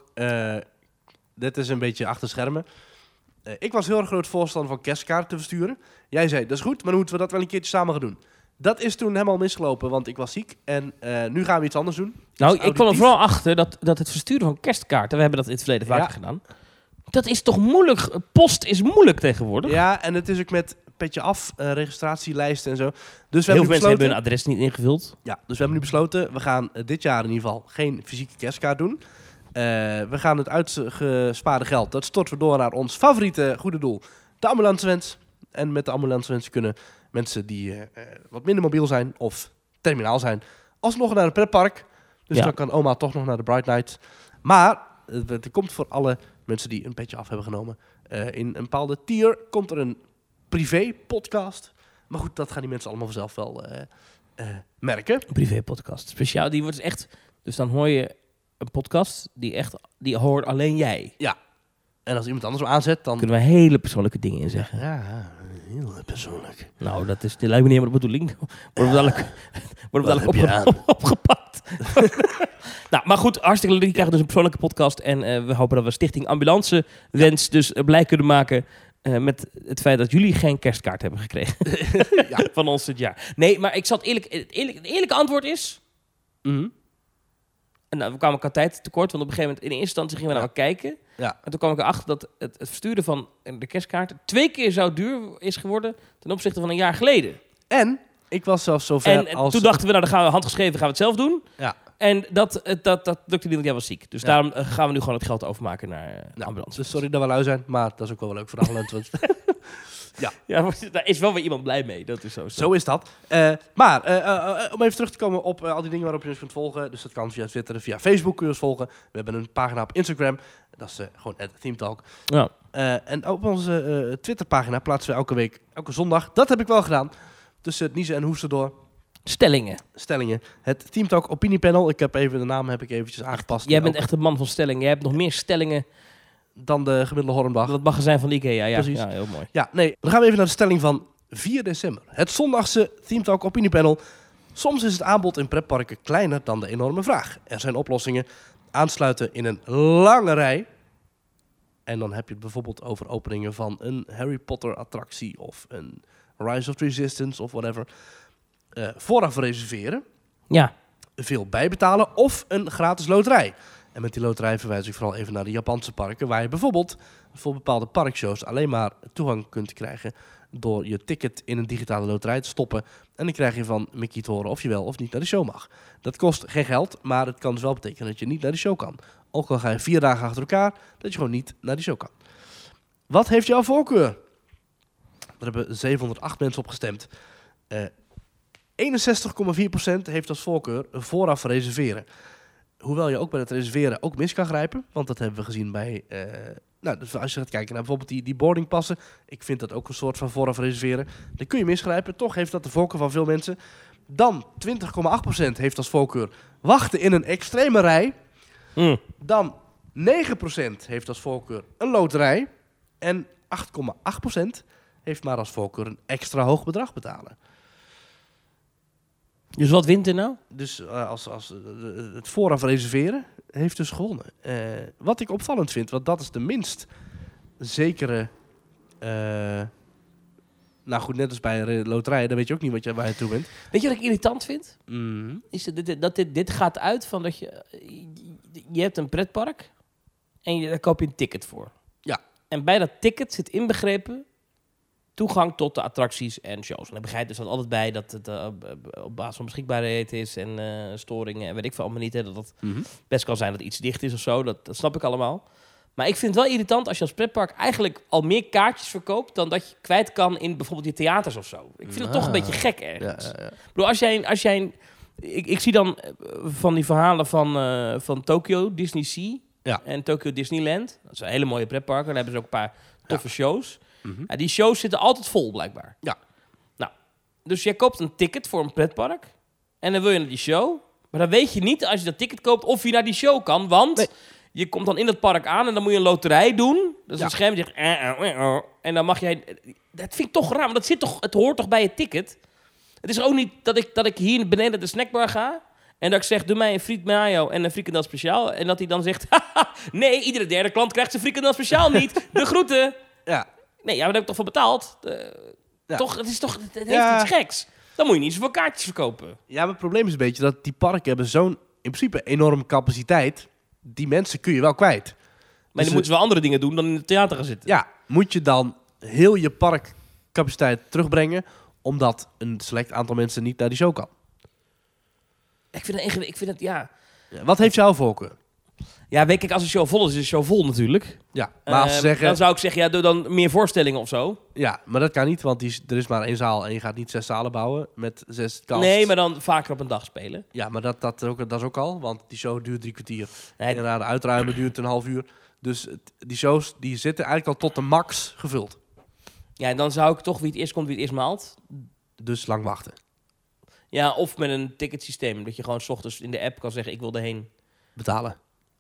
dit is een beetje achter schermen. Ik was heel erg groot voorstander van kerstkaarten te versturen. Jij zei, dat is goed, maar dan moeten we dat wel een keertje samen gaan doen. Dat is toen helemaal misgelopen, want ik was ziek. En nu gaan we iets anders doen. Nou, ik kwam er vooral achter dat het versturen van kerstkaarten, we hebben dat in het verleden vaker gedaan. Dat is toch moeilijk? Post is moeilijk tegenwoordig. Ja, en het is ook met petje af, registratielijsten en zo. Dus heel veel mensen hebben hun adres niet ingevuld. Ja, dus we hebben nu besloten, we gaan dit jaar in ieder geval geen fysieke kerstkaart doen. We gaan het uitgespaarde geld, dat storten we door naar ons favoriete goede doel, de ambulancewens. En met de ambulancewens kunnen mensen die wat minder mobiel zijn of terminaal zijn, alsnog naar het pretpark. Dus dan kan oma toch nog naar de Bright Night. Maar er komt voor alle mensen die een petje af hebben genomen, in een bepaalde tier komt er een privé podcast. Maar goed, dat gaan die mensen allemaal vanzelf wel merken. Een privé podcast. Speciaal, die wordt echt... Dus dan hoor je een podcast die hoort alleen jij. Ja. En als iemand anders hem aanzet, dan... kunnen we hele persoonlijke dingen in zeggen. Ja, heel persoonlijk. Nou, dat lijkt me niet helemaal de bedoeling. Worden we dadelijk opgepakt. Nou, maar goed, hartstikke leuk. Die krijgen dus een persoonlijke podcast. En we hopen dat we Stichting Ambulance Wens dus blij kunnen maken met het feit dat jullie geen kerstkaart hebben gekregen. Van ons dit jaar. Nee, maar ik zat eerlijk... Het eerlijke antwoord is... En nou, we kwamen qua tijd tekort, want op een gegeven moment in eerste instantie gingen we naar kijken. Ja. En toen kwam ik erachter dat het versturen van de kerstkaart 2 keer zo duur is geworden ten opzichte van een jaar geleden. En ik was zelfs zover als... toen dachten we, nou dan gaan we handgeschreven, gaan we het zelf doen. Ja. En dat lukte niet, want jij was ziek. Dus daarom gaan we nu gewoon het geld overmaken naar ambulance. Dus sorry dat we lui zijn, maar dat is ook wel leuk voor de ambulance. Ja, daar is wel weer iemand blij mee. Dat is zo is dat. Maar om even terug te komen op al die dingen waarop je ons kunt volgen. Dus dat kan via Twitter, via Facebook kun je ons volgen. We hebben een pagina op Instagram. Dat is gewoon @themetalk. Ja. En op onze Twitterpagina plaatsen we elke zondag. Dat heb ik wel gedaan. Tussen het niezen en hoesten door. Stellingen. Het Themetalk opiniepanel. Ik heb even de naam eventjes aangepast. Jij bent echt een man van stellingen. Jij hebt nog meer stellingen dan de gemiddelde Hornbach. Dat magazijn van IKEA, ja. Precies. Ja, heel mooi. Ja, nee, dan gaan we even naar de stelling van 4 december. Het zondagse Themetalk opiniepanel. Soms is het aanbod in pretparken kleiner dan de enorme vraag. Er zijn oplossingen. Aansluiten in een lange rij. En dan heb je het bijvoorbeeld over openingen van een Harry Potter attractie of een Rise of the Resistance of whatever. vooraf reserveren. Ja. Veel bijbetalen of een gratis loterij. En met die loterij verwijs ik vooral even naar de Japanse parken, waar je bijvoorbeeld voor bepaalde parkshows alleen maar toegang kunt krijgen door je ticket in een digitale loterij te stoppen. En dan krijg je van Mickey te horen of je wel of niet naar de show mag. Dat kost geen geld, maar het kan dus wel betekenen dat je niet naar de show kan. Ook al ga je 4 dagen achter elkaar, dat je gewoon niet naar die show kan. Wat heeft jouw voorkeur? Daar hebben 708 mensen op gestemd. 61,4% heeft als voorkeur vooraf reserveren. Hoewel je ook bij het reserveren ook mis kan grijpen. Want dat hebben we gezien bij... dus als je gaat kijken naar bijvoorbeeld die boardingpassen. Ik vind dat ook een soort van vooraf reserveren. Dan kun je misgrijpen. Toch heeft dat de voorkeur van veel mensen. Dan 20,8% heeft als voorkeur wachten in een extreme rij. Dan 9% heeft als voorkeur een loterij. En 8,8% heeft maar als voorkeur een extra hoog bedrag betalen. Dus wat wint er nou? Dus het vooraf reserveren heeft dus gewonnen. Wat ik opvallend vind, want dat is de minst zekere... nou goed, net als bij een loterij, dan weet je ook niet waar je toe bent. Weet je wat ik irritant vind? Mm. Is dit gaat uit van dat je hebt een pretpark en daar koop je een ticket voor. Ja. En bij dat ticket zit inbegrepen toegang tot de attracties en shows. En dan begrijp je dus altijd bij dat het op basis van beschikbaarheid is en storingen en weet ik veel allemaal niet. Hè, dat het best kan zijn dat iets dicht is of zo. Dat snap ik allemaal. Maar ik vind het wel irritant als je als pretpark eigenlijk al meer kaartjes verkoopt dan dat je kwijt kan in bijvoorbeeld je theaters of zo. Ik vind het toch een beetje gek ergens. Ja. Ik bedoel, ik zie dan van die verhalen van Tokyo Disney Sea en Tokyo Disneyland. Dat zijn hele mooie pretparken. Daar hebben ze ook een paar toffe shows. Ja, die shows zitten altijd vol, blijkbaar. Ja. Nou, dus jij koopt een ticket voor een pretpark en dan wil je naar die show. Maar dan weet je niet, als je dat ticket koopt, of je naar die show kan. Want je komt dan in het park aan en dan moet je een loterij doen. Dus een scherm zegt... en dan mag jij... Dat vind ik toch raar, want het hoort toch bij je ticket? Het is ook niet dat ik hier beneden naar de snackbar ga en dat ik zeg, doe mij een friet mayo en een frikandel speciaal. En dat hij dan zegt, nee, iedere derde klant krijgt zijn frikandel speciaal niet. De groeten. Ja. Nee, maar daar heb ik toch voor betaald? Toch, het heeft iets geks. Dan moet je niet zoveel kaartjes verkopen. Ja, maar het probleem is een beetje dat die parken hebben zo'n, in principe, enorme capaciteit. Die mensen kun je wel kwijt. Maar dus dan moeten we andere dingen doen dan in het theater gaan zitten. Ja, moet je dan heel je parkcapaciteit terugbrengen, omdat een select aantal mensen niet naar die show kan? Ik vind het, ja. Wat heeft jouw voorkeur? Ja, weet ik, als een show vol is de show vol natuurlijk. Ja, maar als ze zeggen... Dan zou ik zeggen, doe dan meer voorstellingen of zo. Ja, maar dat kan niet, want er is maar 1 zaal en je gaat niet 6 zalen bouwen met 6 casts. Nee, maar dan vaker op een dag spelen. Ja, maar dat is ook al, want die show duurt 3 kwartier. Nee, en na de uitruimen duurt een half uur. Dus die shows die zitten eigenlijk al tot de max gevuld. Ja, en dan zou ik toch wie het eerst komt, wie het eerst maalt. Dus lang wachten. Ja, of met een ticketsysteem. Dat je gewoon 's ochtends in de app kan zeggen, ik wil erheen. Betalen?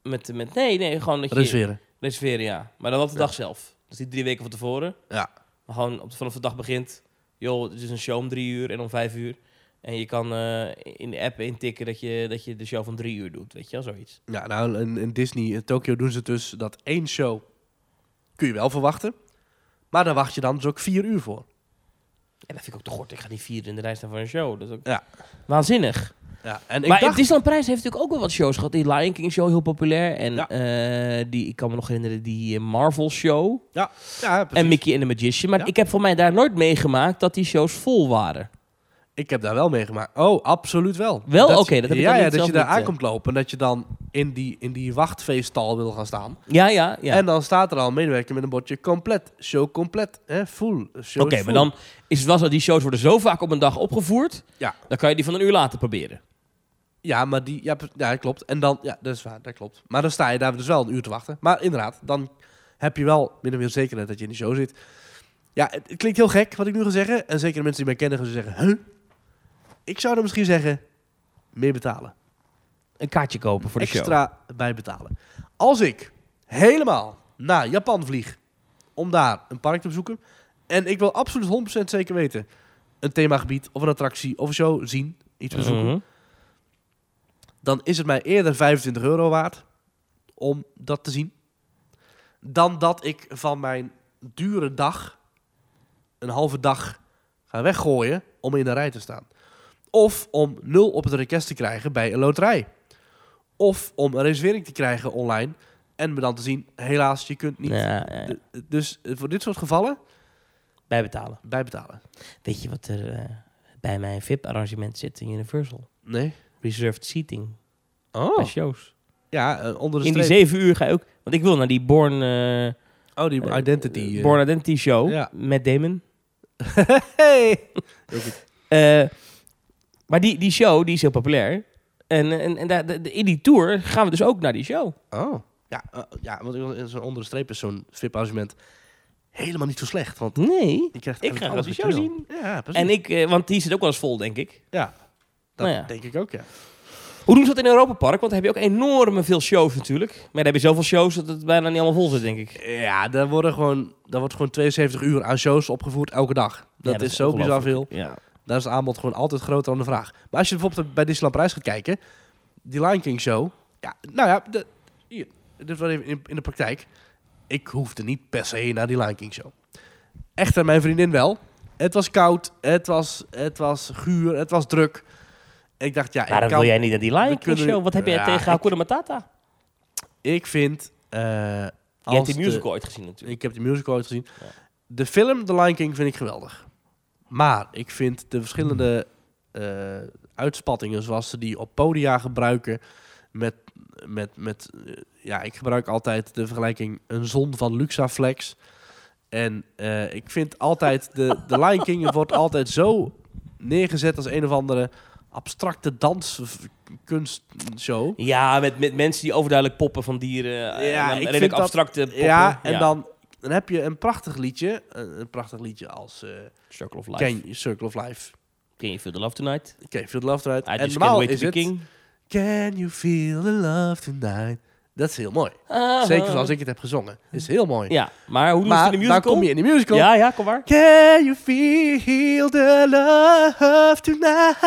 Nee, gewoon dat je... Reserveren, ja. Maar dan op de dag zelf. Dus die 3 weken van tevoren. Ja. Maar gewoon vanaf de dag begint. Joh, het is een show om 3 uur en om 5 uur. En je kan in de app intikken dat je de show van 3 uur doet. Weet je wel, zoiets. Ja, nou, in Disney, in Tokyo doen ze dus dat 1 show kun je wel verwachten. Maar daar wacht je dan dus ook 4 uur voor. Ja, dat vind ik ook te kort. Ik ga niet 4 in de rij staan voor een show. Dat is ook waanzinnig. Ja, en maar Disneyland heeft natuurlijk ook wel wat shows gehad. Die Lion King show, heel populair. En ik kan me nog herinneren, die Marvel show. Ja, en Mickey and the Magician. Maar ik heb voor mij daar nooit meegemaakt dat die shows vol waren. Ik heb daar wel meegemaakt. Oh, absoluut wel. Wel? Oké, dat heb ik dan niet dat je daar aankomt lopen en dat je dan in die wachtfeeststal wil gaan staan. Ja. En dan staat er al een medewerker met een bordje compleet. Show compleet. Full. Oké, maar dan is het wel zo, die shows worden zo vaak op een dag opgevoerd. Ja. Dan kan je die van een uur later proberen. Ja, maar dat klopt. En dan, ja, dat is waar, dat klopt. Maar dan sta je daar dus wel een uur te wachten. Maar inderdaad, dan heb je wel min of meer zekerheid dat je in de show zit. Ja, het klinkt heel gek wat ik nu ga zeggen. En zeker de mensen die mij kennen gaan zeggen, huh? Ik zou dan misschien zeggen, meer betalen. Een kaartje kopen voor de show. Extra bij betalen. Als ik helemaal naar Japan vlieg om daar een park te bezoeken en ik wil absoluut 100% zeker weten een themagebied of een attractie of een show zien, iets bezoeken, dan is het mij eerder €25 waard om dat te zien, dan dat ik van mijn dure dag een halve dag ga weggooien om in de rij te staan. Of om 0 op het rekest te krijgen bij een loterij. Of om een reservering te krijgen online. En me dan te zien, helaas, je kunt niet. Ja. Dus voor dit soort gevallen... Bijbetalen. Weet je wat er bij mijn VIP-arrangement zit in Universal? Nee. Reserved seating. Oh. Bij shows. Ja, onder de in streep. die 7 uur ga je ook... Want ik wil naar die Born Identity. Born Identity show Ja. met Damon. Hey! Maar die show, die is heel populair. En in die tour gaan we dus ook naar die show. Oh. Ja, want zo'n onder de streep is zo'n VIP-arrangement helemaal niet zo slecht. Want Nee, je krijgt ik ga alles die wat show je wil. zien. Ja, precies. En want die zit ook wel eens vol, denk ik. Ja, dat Nou ja. denk ik ook, ja. Hoe doen ze dat in Europa Park? Want dan heb je ook enorme veel shows natuurlijk. Maar dan heb je zoveel shows dat het bijna niet allemaal vol zit, denk ik. Ja, daar wordt gewoon 72 uur aan shows opgevoerd elke dag. Dat is zo bizar veel. Ja. Daar is het aanbod gewoon altijd groter dan de vraag. Maar als je bijvoorbeeld bij Disneyland Parijs gaat kijken, die Lion King show, ja, nou ja, dit was even in de praktijk. Ik hoefde niet per se naar die Lion King show. Echter, mijn vriendin wel. Het was koud, het was guur, het was druk. En ik dacht, ja, Waarom wil jij niet naar die Lion King show? Wat heb jij tegen Hakuna Matata? Ik vind... Je hebt die musical ooit gezien natuurlijk. Ik heb die musical ooit gezien. Ja. De film The Lion King vind ik geweldig. Maar ik vind de verschillende uitspattingen zoals ze die op podia gebruiken met ik gebruik altijd de vergelijking een zon van Luxaflex. En ik vind altijd de Lion King wordt altijd zo neergezet als een of andere abstracte danskunstshow. Ja, met mensen die overduidelijk poppen van dieren. Ja, en ik redelijk vind dat abstracte poppen. Ja, en dan heb je een prachtig liedje. Een prachtig liedje als Circle of Life. Circle of Life. Can you feel the love tonight? Feel the love tonight. I En just normaal can't wait is to be het king. Can you feel the love tonight? Dat is heel mooi. Zeker zoals ik het heb gezongen. Is heel mooi. Ja, maar hoe doen ze Maar in de musical? dan kom je in de musical. Ja, kom maar. Can you feel the love tonight?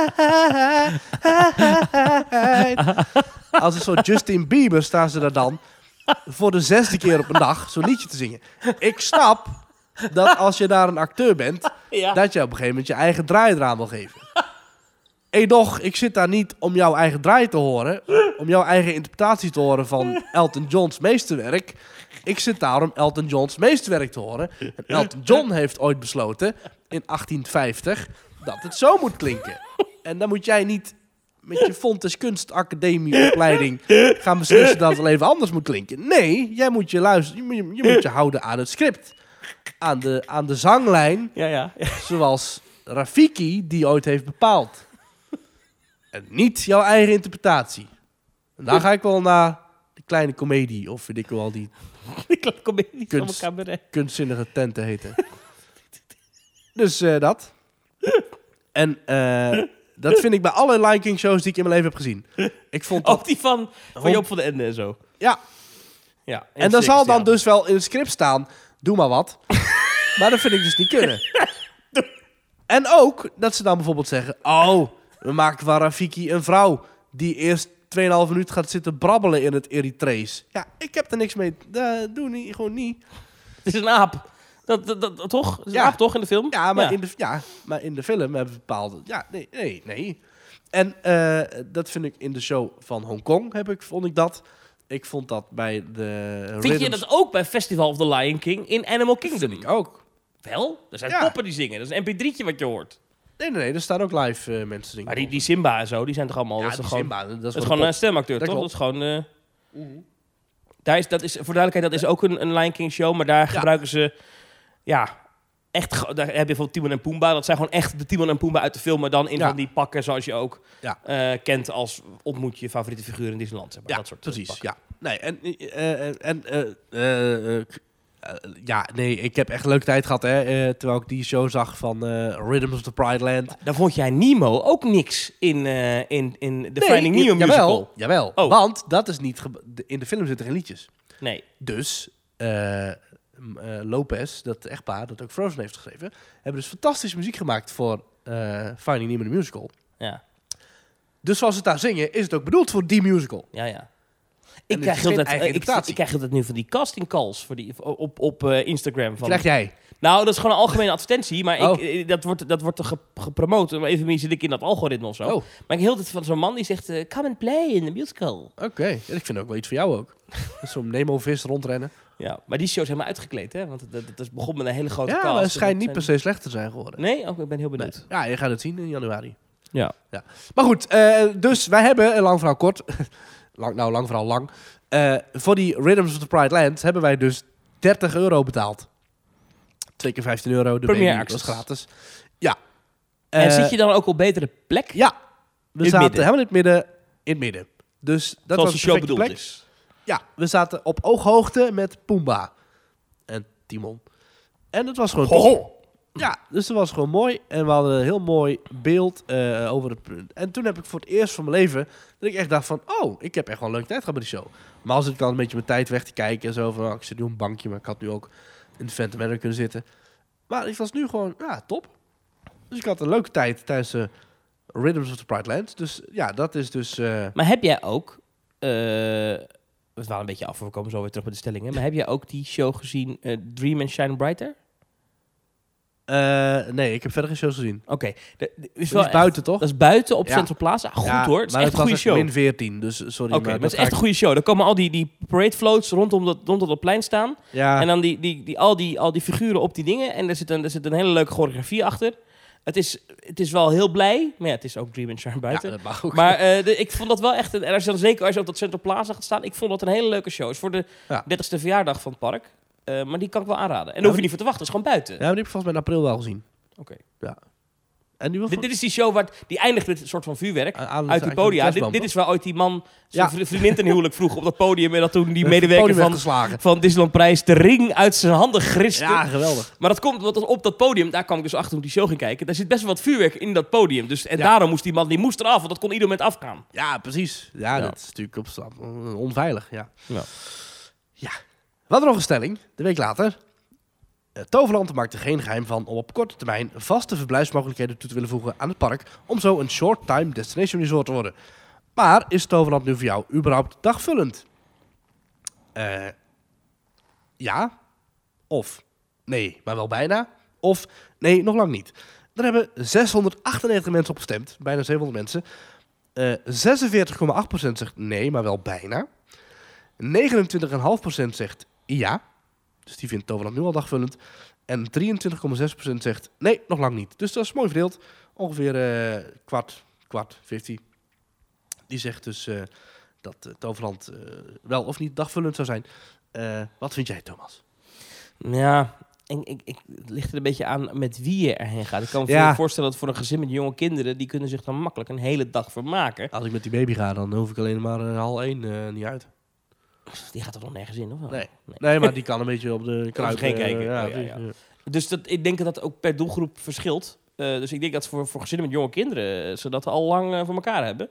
Als een soort Justin Bieber staan ze daar dan voor de 6e keer op een dag zo'n liedje te zingen. Ik snap dat als je daar een acteur bent, dat je op een gegeven moment je eigen draai eraan wil geven. Edoch, ik zit daar niet om jouw eigen draai te horen, om jouw eigen interpretatie te horen van Elton John's meesterwerk. Ik zit daar om Elton John's meesterwerk te horen. En Elton John heeft ooit besloten, in 1850, dat het zo moet klinken. En dan moet jij niet met je Fontes Kunstacademie-opleiding gaan beslissen dat het wel even anders moet klinken. Nee, jij moet je luisteren, je moet je houden aan het script. Aan de zanglijn, Ja. zoals Rafiki die ooit heeft bepaald. En niet jouw eigen interpretatie. En daar ga ik wel naar de kleine komedie, of weet ik wel, die Ik kom niet van mijn cabaret. kunstzinnige tenten heten. Dus dat. En dat vind ik bij alle Lion King shows die ik in mijn leven heb gezien. Ik vond dat... Ook die van Joop van den Ende en zo. Ja. Ja. En dan zal dan dus wel in het script staan, doe maar wat. Maar dat vind ik dus niet kunnen. En ook dat ze dan bijvoorbeeld zeggen, oh, we maken van Rafiki een vrouw die eerst 2,5 minuut gaat zitten brabbelen in het Eritrees. Ja, ik heb er niks mee. Doe niet, gewoon niet. Het is een aap. Dat toch? Het is een aap toch in de film? Ja, maar in de film hebben we bepaalde... Ja, nee. En dat vind ik in de show van Hongkong vond ik dat. Ik vond dat bij de... Vind je dat ook bij Festival of the Lion King in Animal Kingdom? Vind ik ook. Wel? Er zijn poppen die zingen. Dat is een mp3'tje wat je hoort. Nee, er staan ook live mensen zingen. Maar die Simba en zo, die zijn toch allemaal... Ja, dat is die toch Simba, dat is gewoon een stemacteur, dat toch? klopt. Dat is gewoon... Dat is, voor duidelijkheid, dat is ook een Lion King show, maar daar gebruiken ze... Ja, echt... Daar heb je bijvoorbeeld Timon en Pumbaa. Dat zijn gewoon echt de Timon en Pumbaa uit de film, maar dan in van die pakken zoals je ook kent als ontmoet je favoriete figuur in Disneyland. Zeg maar. Ja, dat soort precies. pakken. Ja. Nee, ik heb echt een leuke tijd gehad, hè. Terwijl ik die show zag van Rhythm of the Pride Land. Dan vond jij Nemo ook niks in de Finding Nemo musical. Jawel. Oh. Want dat is niet... in de film zitten geen liedjes. Nee. Dus Lopez, dat echtpaar dat ook Frozen heeft geschreven, hebben dus fantastische muziek gemaakt voor Finding Nemo the Musical. Ja. Dus zoals ze het daar zingen, is het ook bedoeld voor die musical. Ja. Ik krijg dat nu van die casting calls op Instagram. Krijg jij? Nou, dat is gewoon een algemene advertentie, maar dat wordt gepromoot. Maar even zit ik in dat algoritme of zo. Maar ik heel het van zo'n man die zegt, come and play in the musical. Oké, ik vind het ook wel iets voor jou ook. Zo'n Nemo-vis rondrennen. Ja, maar die show is helemaal uitgekleed, hè? Want dat begon met een hele grote cast. Ja, maar het schijnt niet per se slecht te zijn geworden. Nee? Ik ben heel benieuwd. Nee. Ja, je gaat het zien in januari. Ja. Maar goed, dus wij hebben, lang verhaal kort, lang verhaal lang, voor die Rhythms of the Pride Land hebben wij dus €30 betaald. 2 keer €15, de Premier baby was gratis. Ja. En zit je dan ook op betere plek? Ja, we zaten helemaal in het midden. Dus dat zoals was de show bedoeld plek. is. Ja, we zaten op ooghoogte met Pumbaa en Timon. En het was gewoon top. Ja, dus het was gewoon mooi. En we hadden een heel mooi beeld over het punt. En toen heb ik voor het eerst van mijn leven dat ik echt dacht van, ik heb echt wel een leuke tijd gehad bij die show. Maar als ik dan een beetje mijn tijd weg te kijken en zo van, ik zit nu op een bankje, maar ik had nu ook in de Phantom Manor kunnen zitten. Maar ik was nu gewoon, top. Dus ik had een leuke tijd tijdens Rhythms of the Pride Land. Dus ja, dat is dus... Maar heb jij ook... we dwalen een beetje af, we komen zo weer terug bij de stellingen. Maar heb jij ook die show gezien, Dream and Shine Brighter? Nee, ik heb verder geen shows gezien. Oké. Dat is buiten, toch? Dat is buiten op Central Plaza. Goed hoor, het is echt een goede show. Min 14, dus sorry. Oké, maar het is echt een goede show. Er komen al die parade floats rondom dat plein staan. Ja. En dan al die figuren op die dingen. En er zit een hele leuke choreografie achter. Het is wel heel blij, maar ja, het is ook Dream and Shine buiten. Ja, dat mag ook. Maar ik vond dat wel echt... En als je op dat Central Plaza gaat staan, ik vond dat een hele leuke show. Het is voor de 30ste verjaardag van het park. Maar die kan ik wel aanraden. En daar hoef je niet voor te wachten, het is gewoon buiten. Ja, maar die heb ik volgens mij in april wel gezien. Oké. Ja. En dit is die show die eindigt met een soort van vuurwerk uit die podia. Dit is waar ooit die man zijn vriendin ten huwelijk vroeg op dat podium. En dat toen die medewerker van Disneyland Prijs de ring uit zijn handen griste. Ja, geweldig. Maar dat komt want op dat podium, daar kwam ik dus achter toen ik die show ging kijken. Daar zit best wel wat vuurwerk in dat podium. Dus, daarom moest die man eraf, want dat kon ieder moment afgaan. Ja, precies. Ja, dat is natuurlijk onveilig. Ja. We hadden nog een stelling, de week later. Toverland maakt er geen geheim van om op korte termijn vaste verblijfsmogelijkheden toe te willen voegen aan het park, om zo een short-time destination resort te worden. Maar is Toverland nu voor jou überhaupt dagvullend? Ja. Of nee, maar wel bijna. Of nee, nog lang niet. Daar hebben 698 mensen op gestemd, bijna 700 mensen. 46,8% zegt nee, maar wel bijna. 29,5% zegt ja. Dus die vindt Toverland nu al dagvullend. En 23,6% zegt nee, nog lang niet. Dus dat is mooi verdeeld. Ongeveer kwart, 50. Die zegt dus dat Toverland wel of niet dagvullend zou zijn. Wat vind jij, Thomas? Ja, het ligt er een beetje aan met wie je erheen gaat. Ik kan me voorstellen dat voor een gezin met jonge kinderen, die kunnen zich dan makkelijk een hele dag vermaken. Als ik met die baby ga, dan hoef ik alleen maar 12:30 niet uit. Die gaat er nog nergens in, of wel? Nee, maar die kan een beetje op de kruip kijken. Ja. Dus ik denk dat ook per doelgroep verschilt. Dus ik denk dat voor gezinnen met jonge kinderen ze dat al lang voor elkaar hebben.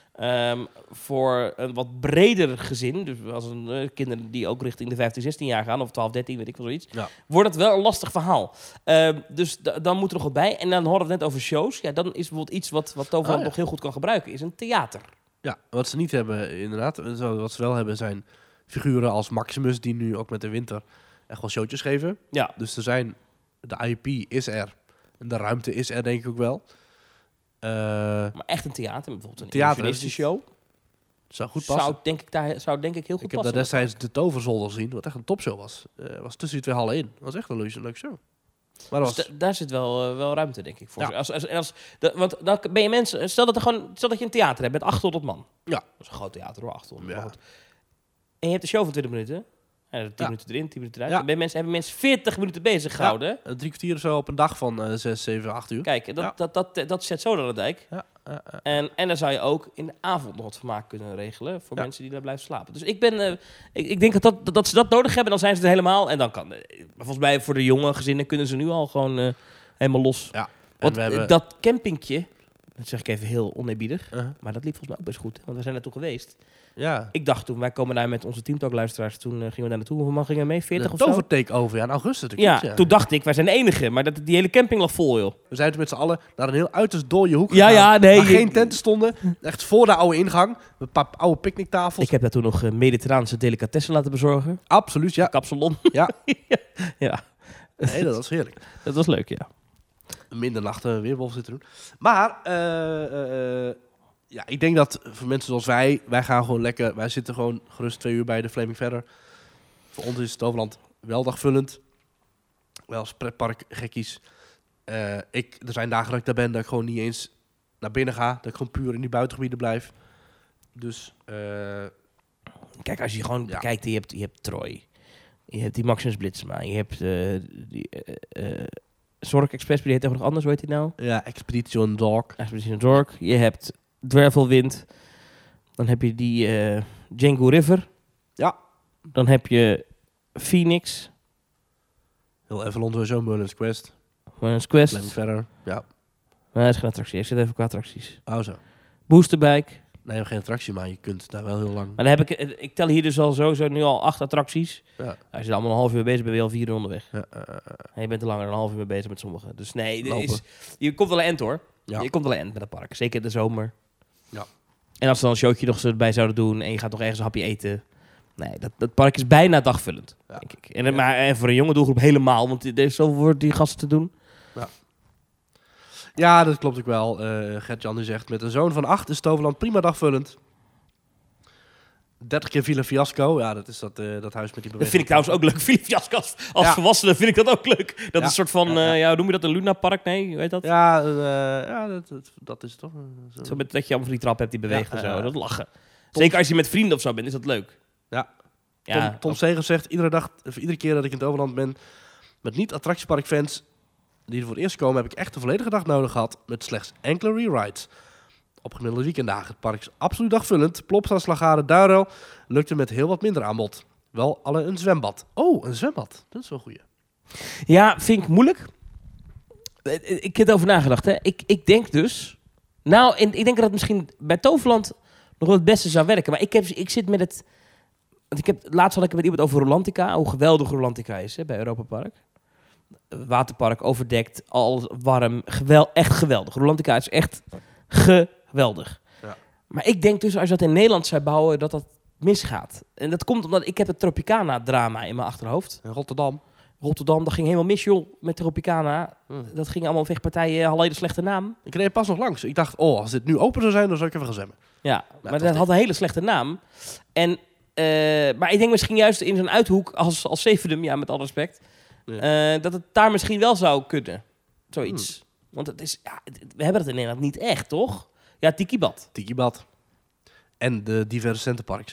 Voor een wat breder gezin, dus als kinderen die ook richting de 15, 16 jaar gaan, of 12, 13, weet ik wel zoiets, wordt het wel een lastig verhaal. Dus dan moet er nog wat bij. En dan hadden we het net over shows. Ja, dan is bijvoorbeeld iets wat Toverland nog heel goed kan gebruiken, is een theater. Ja, wat ze niet hebben, inderdaad. Wat ze wel hebben zijn figuren als Maximus, die nu ook met de winter echt wel showtjes geven. Ja. Dus de IP is er. En de ruimte is er, denk ik ook wel. Maar echt een theater, bijvoorbeeld een theater show. Zou goed passen. Zou denk ik heel goed passen. Ik heb daar destijds de Toverzolder gezien, wat echt een topshow was. Was tussen die 2 hallen in. Was echt een leuke show. Maar dus daar zit wel ruimte, denk ik, voor. Ja. Want dan ben je mensen... Stel dat je een theater hebt met 800 man. Ja. Dat is een groot theater hoor, 800 man. En je hebt een show van 20 minuten. En 10 minuten erin, 10 minuten eruit. En hebben mensen 40 minuten bezig gehouden. Ja, 3 kwartier of zo op een dag van 6, 7, 8 uur. Kijk, dat zet zo naar de dijk. Ja. En dan zou je ook in de avond nog wat vermaak kunnen regelen voor mensen die daar blijven slapen. Dus ik denk dat ze dat nodig hebben, dan zijn ze er helemaal. En dan kan... Volgens mij voor de jonge gezinnen kunnen ze nu al gewoon helemaal los. Ja. Want dat campingtje, dat zeg ik even heel oneerbiedig, maar dat liep volgens mij ook best goed. Want we zijn naartoe geweest. Ja. Ik dacht toen, wij komen daar met onze Teamtalk-luisteraars. Toen gingen we daar naartoe. Hoeveel man gingen mee? 40 of zo? Tovertake over, in augustus. Ja, toen dacht ik, wij zijn de enige. Maar die hele camping lag vol, joh. We zijn toen met z'n allen naar een heel uiterst dode hoek Ja, gegaan, nee. waar geen tenten stonden. Echt voor de oude ingang. Een paar oude picknicktafels. Ik heb daar toen nog Mediterraanse delicatessen laten bezorgen. Absoluut, ja. Kapsalon. Ja. Ja. Nee, dat was heerlijk. Dat was leuk, ja. Minder nachten weerwolf zitten doen. Maar, ja, ik denk dat voor mensen zoals wij gaan gewoon lekker, wij zitten gewoon gerust 2 uur bij de Flaming Verder. Voor ons is het Toverland wel dagvullend. Wel als pretpark gekkies. Er zijn dagen dat ik daar ben, dat ik gewoon niet eens naar binnen ga. Dat ik gewoon puur in die buitengebieden blijf. Dus, Kijk, als je gewoon kijkt, je hebt Troy. Je hebt die Maximus Blitzma. Je hebt Zork Express, die heet ook nog anders, hoe heet die nou? ja, Expedition Dog. Expedition Zork. Je hebt Dwervelwind. Dan heb je die Django River. Ja. Dan heb je Phoenix. Heel Avalon sowieso, Merlin's Quest. Merlin's Quest. Flaming Verder, ja. Maar dat is geen attractie. Ik zit even qua attracties. Oh zo. Boosterbike. Nee, geen attractie, maar je kunt daar wel heel lang. Maar dan heb ik tel hier dus al sowieso nu al 8 attracties. Ja. Als je er allemaal een half uur bezig bent, ben je al 4 uur onderweg. Ja, En je bent er langer dan een half uur mee bezig met sommige. Dus nee, Lopen. je komt wel een end hoor. Ja. Je komt wel een end met het park. Zeker in de zomer. Ja. En als ze dan een showtje nog erbij zouden doen en je gaat nog ergens een hapje eten. Nee, dat park is bijna dagvullend, Ja. denk ik. Maar voor een jonge doelgroep helemaal, want er is zoveel voor die gasten te doen. Ja, dat klopt ook wel. Gert-Jan die zegt, met een zoon van 8 is Toverland prima dagvullend. 30 keer Villa Fiasco. Ja, dat is dat huis met die beweging. Dat vind ik trouwens ook leuk. Villa Fiasco als volwassene vind ik dat ook leuk. Dat is een soort van, hoe noem je dat? Een Luna Park? Nee, hoe heet dat? Ja, dat is toch... Zo met dat je allemaal van die trap hebt die beweegt en zo. Dat lachen. Zeker als je met vrienden of zo bent, is dat leuk. Ja. Tom Segers zegt, iedere keer dat ik in het Overland ben met niet-attractieparkfans die er voor het eerst komen, heb ik echt een volledige dag nodig gehad met slechts enkele re-rides. Op gemiddelde weekenddagen. Het park is absoluut dagvullend. Plopsa, Slagade, Duinruil lukte met heel wat minder aanbod. Wel alle een zwembad. Oh, een zwembad. Dat is wel een goeie. Ja, vind ik moeilijk. Ik heb erover nagedacht. Hè. Ik denk dus... Nou, ik denk dat het misschien bij Toverland nog wel het beste zou werken. Maar ik zit met het... Want laatst had ik het met iemand over Rolantica. Hoe geweldig Rolantica is, hè, bij Europa Park. Waterpark, overdekt, alles warm. Echt geweldig. Rolantica is echt geweldig. Ja. Maar ik denk dus, als je dat in Nederland zou bouwen, dat misgaat. En dat komt omdat ik heb het Tropicana-drama in mijn achterhoofd. In Rotterdam, dat ging helemaal mis, joh, met Tropicana. Dat ging allemaal vechtpartijen, had een slechte naam. Ik reed pas nog langs. Ik dacht, als dit nu open zou zijn, dan zou ik even gaan zwemmen. Ja, maar dat had een hele slechte naam. En, maar ik denk misschien juist in zo'n uithoek als Zevenum, ja, met alle respect, dat het daar misschien wel zou kunnen. Zoiets. Want het is, we hebben het in Nederland niet echt, toch? Ja, Tikibad. En de diverse centerparks.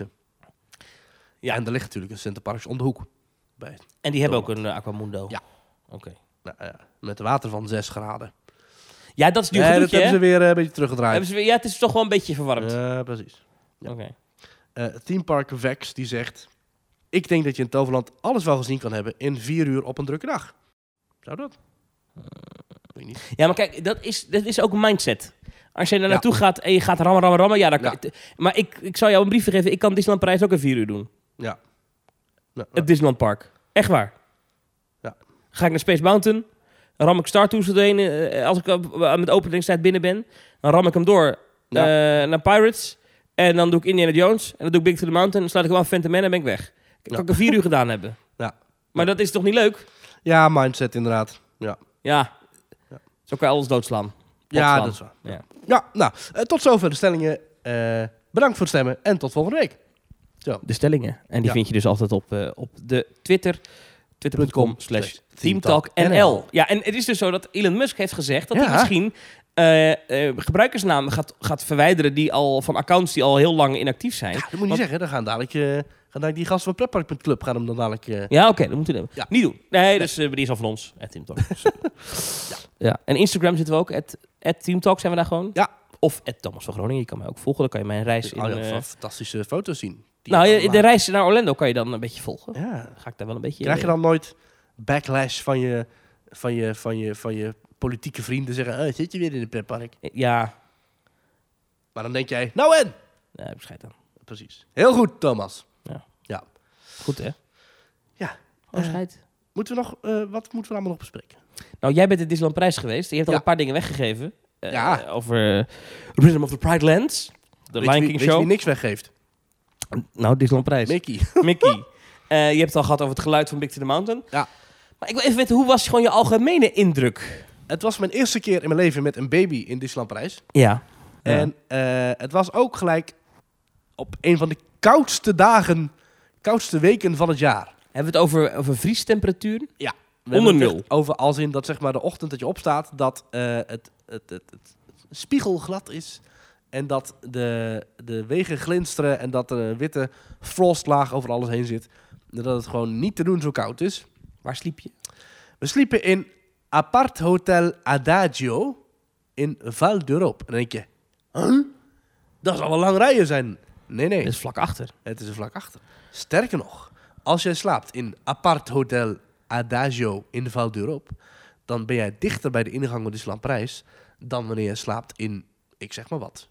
Ja. En er ligt natuurlijk een centerparks om de hoek. En die hebben ook een Aquamundo? Ja. Oké. Nou, met water van 6 graden. Ja, dat is nu dat hebben ze weer een beetje teruggedraaid. Ja, het is toch wel een beetje verwarmd. Ja, precies. Ja. Oké. Theme Park Vex die zegt, ik denk dat je in Toverland alles wel gezien kan hebben in 4 uur op een drukke dag. Zou dat? Weet niet. Ja, maar kijk, dat is ook een mindset. Als je daar naartoe gaat en je gaat rammen, ja, dan kan je... Maar ik zou jou een briefje geven, ik kan Disneyland Parijs ook in 4 uur doen. Ja. Het Disneyland Park. Echt waar. Ja. Ga ik naar Space Mountain, dan ram ik Star Tours erheen. Als ik met openingstijd binnen ben, dan ram ik hem door naar Pirates. En dan doe ik Indiana Jones. En dan doe ik Big to the Mountain. Dan sluit ik hem af Phantom Man en ben ik weg. Kan ik er 4 uur gedaan hebben. Ja. Maar dat is toch niet leuk? Ja, mindset inderdaad. Ja. Zo kan je alles doodslaan. Ja, dat is waar. Ja, nou, tot zover de stellingen. Bedankt voor het stemmen en tot volgende week. Zo. De stellingen. En die vind je dus altijd op de twitter.com/teamtalknl. Ja, en het is dus zo dat Elon Musk heeft gezegd dat hij misschien gebruikersnamen gaat verwijderen die al van accounts die al heel lang inactief zijn. Ja, dat moet je zeggen. Dan gaan dadelijk die gasten van Pretpark.club gaan hem dan dadelijk... Ja, oké, dat moeten we doen. Niet doen. Nee, dus die is al van ons. @teamtalk. Ja. En Instagram zitten we ook. @teamtalk zijn we daar gewoon. Ja. Of @Thomas van Groningen. Je kan mij ook volgen. Dan kan je mijn reis fantastische foto's zien. Nou, de reis naar Orlando kan je dan een beetje volgen. Ja. Ga ik daar wel een beetje... Krijg je dan nooit backlash van je politieke vrienden zeggen, zit je weer in het pretpark? Ja. Maar dan denk jij, nou en? Nee, bescheid dan. precies. Heel goed, Thomas. Ja. Goed, hè? Ja. Moeten we nog, wat moeten we allemaal nog bespreken? Nou, jij bent in Disneyland Parijs geweest. Je hebt al een paar dingen weggegeven. Over Rhythm of the Pride Lands. De Lion King Show. Weet je wie niks weggeeft? Nou, Disneyland Parijs. Mickey. Je hebt het al gehad over het geluid van Big to the Mountain. Ja. Maar ik wil even weten, hoe was gewoon je algemene indruk? Het was mijn eerste keer in mijn leven met een baby in Disneyland Parijs. Ja. En het was ook gelijk op een van de koudste weken van het jaar. Hebben we het over vriestemperatuur? Ja. Onder nul. Over als in dat zeg maar de ochtend dat je opstaat, dat het spiegelglad is. En dat de wegen glinsteren en dat er een witte frostlaag over alles heen zit. En dat het gewoon niet te doen zo koud is. Waar sliep je? We sliepen in Apart Hotel Adagio in Val d'Europe. En dan denk je, dat zal wel lang rijden zijn. Nee. Dat is vlak achter. Het is er vlak achter. Sterker nog, als jij slaapt in Apart Hotel Adagio in Val d'Europe, dan ben jij dichter bij de ingang van Disneyland Parijs dan wanneer je slaapt in, ik zeg maar wat,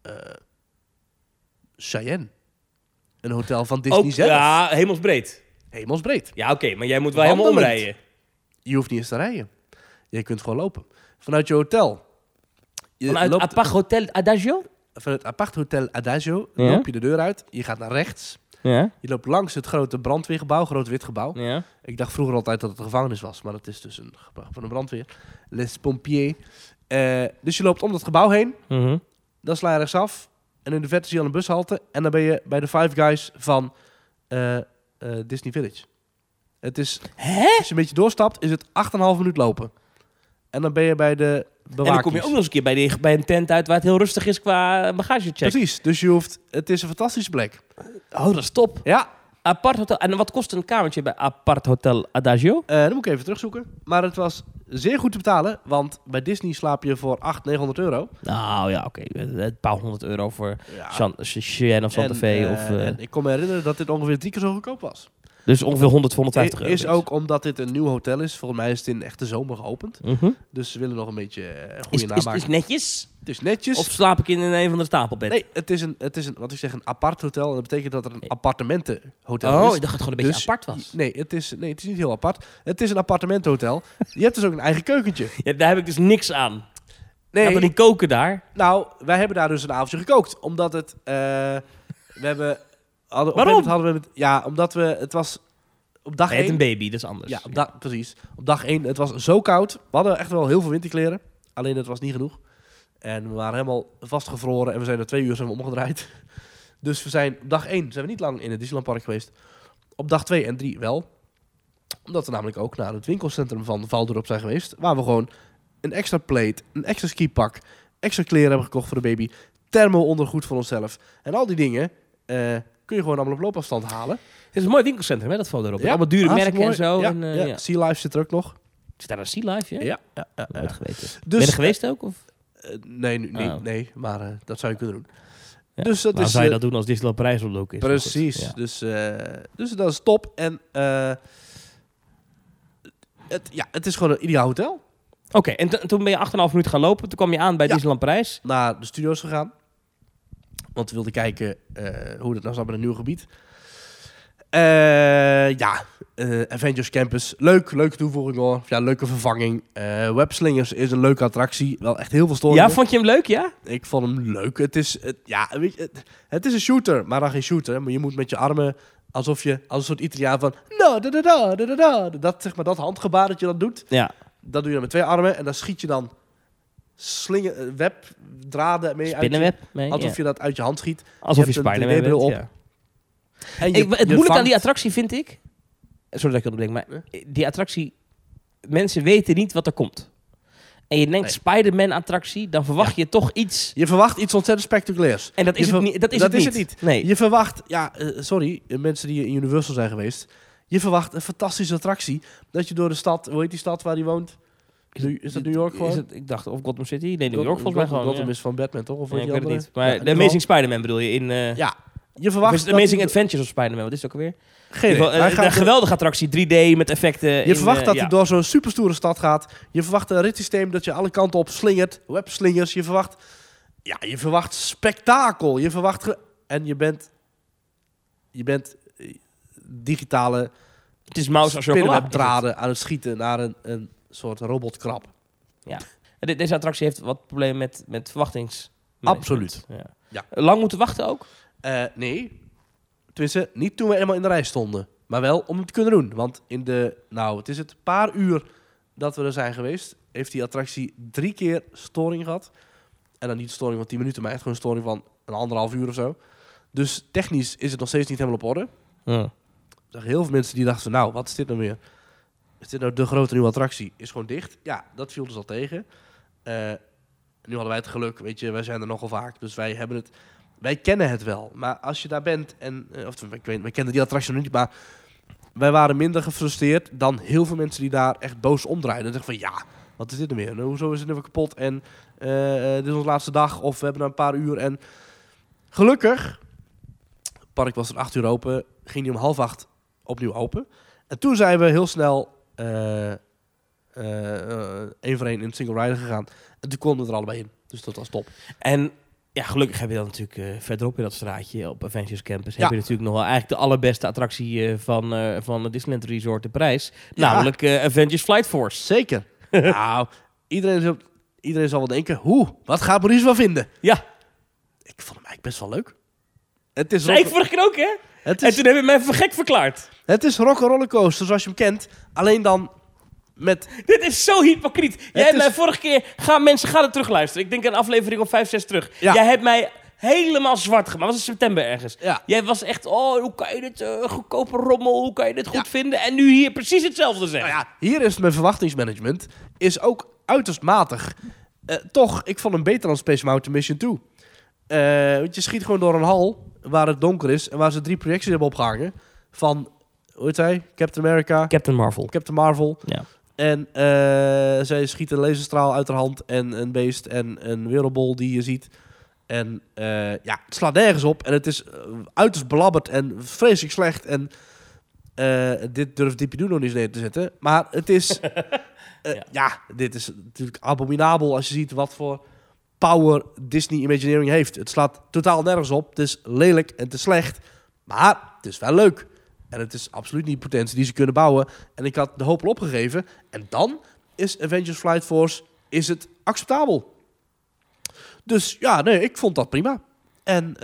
Cheyenne. Een hotel van Disney zelf. Ja, hemelsbreed. Hemelsbreed. Ja, oké, maar jij moet wel helemaal omrijden. Je hoeft niet eens te rijden. Je kunt gewoon lopen. Vanuit je hotel. Vanuit Apart Hotel Adagio? Vanuit Apart Hotel Adagio loop je de deur uit. Je gaat naar rechts. Ja. Je loopt langs het grote brandweergebouw, groot wit gebouw. Ja. Ik dacht vroeger altijd dat het een gevangenis was, maar het is dus een gebouw van de brandweer. Les Pompiers. Dus je loopt om dat gebouw heen. Mm-hmm. Dan sla je rechtsaf. En in de verte zie je al een bushalte. En dan ben je bij de Five Guys van Disney Village. Het is, als je een beetje doorstapt, is het 8,5 minuut lopen. En dan ben je bij de bewakers. En dan kom je ook nog eens een keer bij een tent uit waar het heel rustig is qua bagagecheck. Precies, dus het is een fantastische plek. Oh, dat is top. Ja. Apart Hotel. En wat kost een kamertje bij Apart Hotel Adagio? Dan moet ik even terugzoeken. Maar het was zeer goed te betalen, want bij Disney slaap je voor 800-900 euro. Nou ja, oké. Een paar €100 voor Cheyenne of Santa Fe. En ik kon me herinneren dat dit ongeveer 3 keer zo goedkoop was. Dus ongeveer €150. Is ook omdat dit een nieuw hotel is. Volgens mij is het in echte zomer geopend. Mm-hmm. Dus ze willen nog een beetje goede naam maken. Is het netjes? Het is netjes. Of slaap ik in een van de stapelbedden? Nee, het is een, wat ik zeg, een apart hotel. En dat betekent dat er een appartementenhotel is. Oh, ik dacht dat het gewoon een beetje apart was. Nee, het is niet heel apart. Het is een appartementenhotel. Je hebt dus ook een eigen keukentje. Ja, daar heb ik dus niks aan. Nee. Gaat er niet koken daar? Nou, wij hebben daar dus een avondje gekookt. Omdat het... omdat het was... Op dag 1... Het een baby, dat is anders. Ja, precies. Op dag 1, het was zo koud. We hadden echt wel heel veel winterkleren. Alleen het was niet genoeg. En we waren helemaal vastgevroren. En we zijn er 2 uur omgedraaid. Dus we zijn op dag 1 zijn we niet lang in het Disneyland Park geweest. Op dag 2 en 3 wel. Omdat we namelijk ook naar het winkelcentrum van Val d'Europe zijn geweest. Waar we gewoon een extra plate, een extra skipak, extra kleren hebben gekocht voor de baby. Thermo-ondergoed voor onszelf. En al die dingen kun je gewoon allemaal op loopafstand halen. Het is een mooi winkelcentrum, hè, dat Val d'Europe. Ja, allemaal dure merken mooi. en zo. Ja, En, Sea Life zit er ook nog. Zit daar een Sea Life, ja? Ja. Nooit geweten. Dus, ben je er geweest ook? Of? Nee, maar dat zou je kunnen doen. Ja. Dus dat Waarom is, zou je dat doen als Disneyland Parijs op look is? Precies. Ja. Dus dat is top. En het is gewoon een ideaal hotel. Oké, en toen ben je 8,5 minuten gaan lopen. Toen kwam je aan bij Disneyland Parijs. Naar de studio's gegaan. Want we wilden kijken hoe het nou zat met een nieuw gebied. Avengers Campus. Leuke toevoeging hoor. Ja, leuke vervanging. Webslingers is een leuke attractie. Wel echt heel veel storingen. Ja, vond je hem leuk, ja? Ik vond hem leuk. Het is een shooter, maar dan geen shooter. Maar je moet met je armen, als een soort Italiaan van... Dat, zeg maar, dat handgebaar dat je dan doet. Ja. Dat doe je dan met 2 armen. En dan schiet je dan webdraden mee Spinnenweb mee, alsof je dat uit je hand schiet. Alsof je Spider-Man bent, op. Ja. En het moeilijke aan die attractie vind ik... Sorry dat ik dat bedenk, maar die attractie... Mensen weten niet wat er komt. En je denkt Spider-Man attractie, dan verwacht je toch iets... Je verwacht iets ontzettend spectaculairs. En dat is het niet. Nee. Je verwacht... mensen die in Universal zijn geweest... Je verwacht een fantastische attractie. Dat je door de stad... Hoe heet die stad waar die woont? Is dat New York gewoon? Ik dacht, of Gotham City? Nee, New York volgens mij gewoon. Gotham is van Batman, toch? Of ik weet het niet. Maar ja, de Amazing Spider-Man bedoel je in... je verwacht... Of is het Amazing Adventures of Spider-Man? Wat is het ook alweer? Geen idee. Een geweldige attractie, 3D met effecten. Je verwacht dat hij door zo'n superstoere stad gaat. Je verwacht een ritssysteem dat je alle kanten op slingert. Webslingers. Je verwacht spektakel. Je verwacht... En je bent Je bent digitale Het is mouse als chocola. draden aan het schieten naar een soort robotkrab. Ja. Deze attractie heeft wat problemen met verwachtings. Absoluut. Ja. Lang moeten wachten ook? Nee. Tenminste, niet toen we eenmaal in de rij stonden. Maar wel om het te kunnen doen. Want in de, het is het paar uur dat we er zijn geweest, heeft die attractie 3 keer storing gehad. En dan niet een storing van 10 minuten, maar echt gewoon een storing van 1,5 uur of zo. Dus technisch is het nog steeds niet helemaal op orde. Ja. Er zijn heel veel mensen die dachten, nou, wat is dit nou weer? Is dit nou de grote nieuwe attractie? Is gewoon dicht. Ja, dat viel dus al tegen. Nu hadden wij het geluk, weet je, wij zijn er nogal vaak. Dus wij kennen het wel. Maar als je daar bent en, wij kenden die attractie nog niet, maar wij waren minder gefrustreerd dan heel veel mensen die daar echt boos omdraaiden. En zeggen van, ja, wat is dit nou weer? Hoezo is het nu weer kapot? En dit is onze laatste dag, of we hebben nog een paar uur. En gelukkig, het park was er 8 uur open, ging die om 7:30 opnieuw open. En toen zijn we heel snel 1 voor 1 in het single rider gegaan. En toen konden we er allebei in. Dus dat was top. En ja, gelukkig heb je dan natuurlijk verderop in dat straatje op Avengers Campus heb je natuurlijk nog wel eigenlijk de allerbeste attractie van het Disneyland Resort de prijs. Ja. Namelijk Avengers Flight Force. Zeker. Nou, iedereen zal wel denken, wat gaat Maurice wel vinden? Ja. Ik vond hem eigenlijk best wel leuk. Zei ik vorige keer ook, hè? En toen heb je mij gek verklaard. Het is rock'n'roller coaster zoals je hem kent. Alleen dan met... Dit is zo hypocriet. Jij hebt mij vorige keer... Gaan het terugluisteren. Ik denk een aflevering of 5, 6 terug. Ja. Jij hebt mij helemaal zwart gemaakt. Dat was in september ergens. Ja. Jij was echt... hoe kan je dit goedkope rommel? Hoe kan je dit goed vinden? En nu hier precies hetzelfde zeggen. Nou ja, hier is mijn verwachtingsmanagement is ook uiterst matig. Toch, ik vond hem beter dan Space Mountain Mission 2. Want je schiet gewoon door een hal waar het donker is en waar ze 3 projecties hebben opgehangen. Van, hoe heet hij? Captain America. Captain Marvel. Ja. En zij schiet een laserstraal uit haar hand en een beest en een wereldbol die je ziet. En het slaat nergens op. En het is uiterst belabberd en vreselijk slecht. En dit durft Dippy nog niet neer te zetten. Maar het is... dit is natuurlijk abominabel als je ziet wat voor power Disney Imagineering heeft. Het slaat totaal nergens op. Het is lelijk en te slecht. Maar het is wel leuk. En het is absoluut niet potentie die ze kunnen bouwen. En ik had de hoop al opgegeven. En dan is Avengers Flight Force acceptabel. Dus ja, nee, ik vond dat prima. En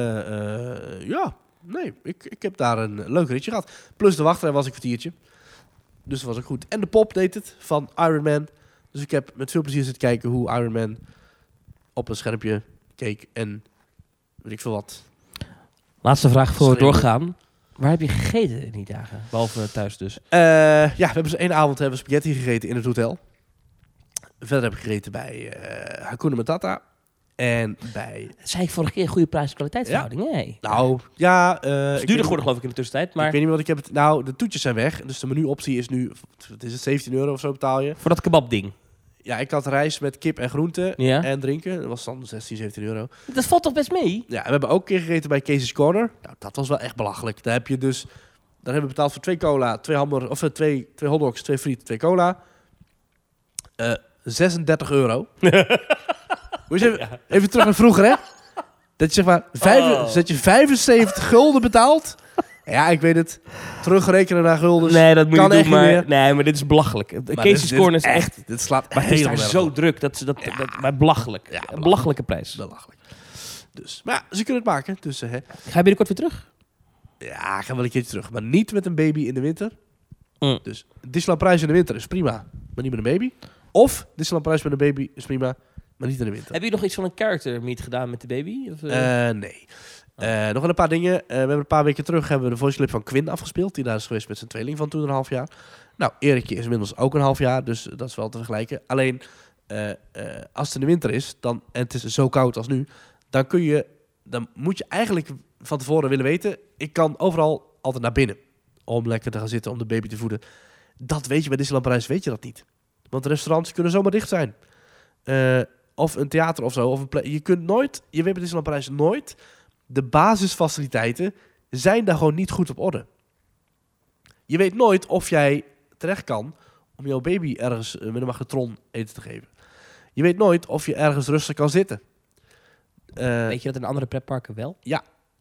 ik heb daar een leuk ritje gehad. Plus de wachtrij was een kwartiertje. Dus dat was ook goed. En de pop deed het van Iron Man. Dus ik heb met veel plezier zitten kijken hoe Iron Man op een schermpje keek. En weet ik veel wat. Laatste vraag voor we doorgaan. Waar heb je gegeten in die dagen? Behalve thuis dus. We hebben dus 1 avond spaghetti gegeten in het hotel. Verder heb ik gegeten bij Hakuna Matata. En bij... Dat zei ik vorige keer, goede prijs-kwaliteitsverhouding. Ja. Hey. Nou, ja... het is duurder geworden geloof ik in de tussentijd. Maar... Ik weet niet wat ik heb... Nou, de toetjes zijn weg. Dus de menuoptie is nu... Wat is het, 17 euro of zo betaal je. Voor dat kebabding. Ja, ik had rijst met kip en groenten en drinken. Dat was dan 16, 17 euro. Dat valt toch best mee? Ja, we hebben ook een keer gegeten bij Casey's Corner. Nou, dat was wel echt belachelijk. Daar heb je dus... Daar hebben we betaald voor 2 cola, 2 hamburgers... Of 2 hotdogs, 2 frieten, 2 cola. 36 euro. Moet je even terug naar vroeger, hè? Dat je zeg maar... Dat je 75 gulden betaalt... Ja, ik weet het. Terugrekenen naar guldens. Nee, dat moet kan je doen, maar... Meer. Nee, maar dit is belachelijk. Casey's Corner is echt... Dit slaat maar het is daar zo druk. Dat belachelijk. Ja, een belachelijke prijs. Belachelijk. Dus, maar ja, ze kunnen het maken. Dus, Ga je binnenkort weer terug? Ja, ik ga wel een keertje terug. Maar niet met een baby in de winter. Dus Disneyland prijs in de winter is prima. Maar niet met een baby. Of Disneyland prijs met een baby is prima. Maar niet in de winter. Heb je nog iets van een character meet gedaan met de baby? Of, nee. Nog een paar dingen. We hebben een paar weken terug hebben we de voice clip van Quinn afgespeeld. Die daar is geweest met zijn tweeling van toen 1,5 jaar. Nou, Erikje is inmiddels ook 1,5 jaar. Dus dat is wel te vergelijken. Alleen, als het in de winter is en het is zo koud als nu, dan moet je eigenlijk van tevoren willen weten, ik kan overal altijd naar binnen om lekker te gaan zitten om de baby te voeden. Dat weet je bij Disneyland Parijs, weet je dat niet. Want de restaurants kunnen zomaar dicht zijn. Of een theater of zo. Je weet bij Disneyland Parijs nooit, de basisfaciliteiten zijn daar gewoon niet goed op orde. Je weet nooit of jij terecht kan om jouw baby ergens met een magnetron eten te geven. Je weet nooit of je ergens rustig kan zitten. Weet je dat in andere pretparken wel? Ja. Oh.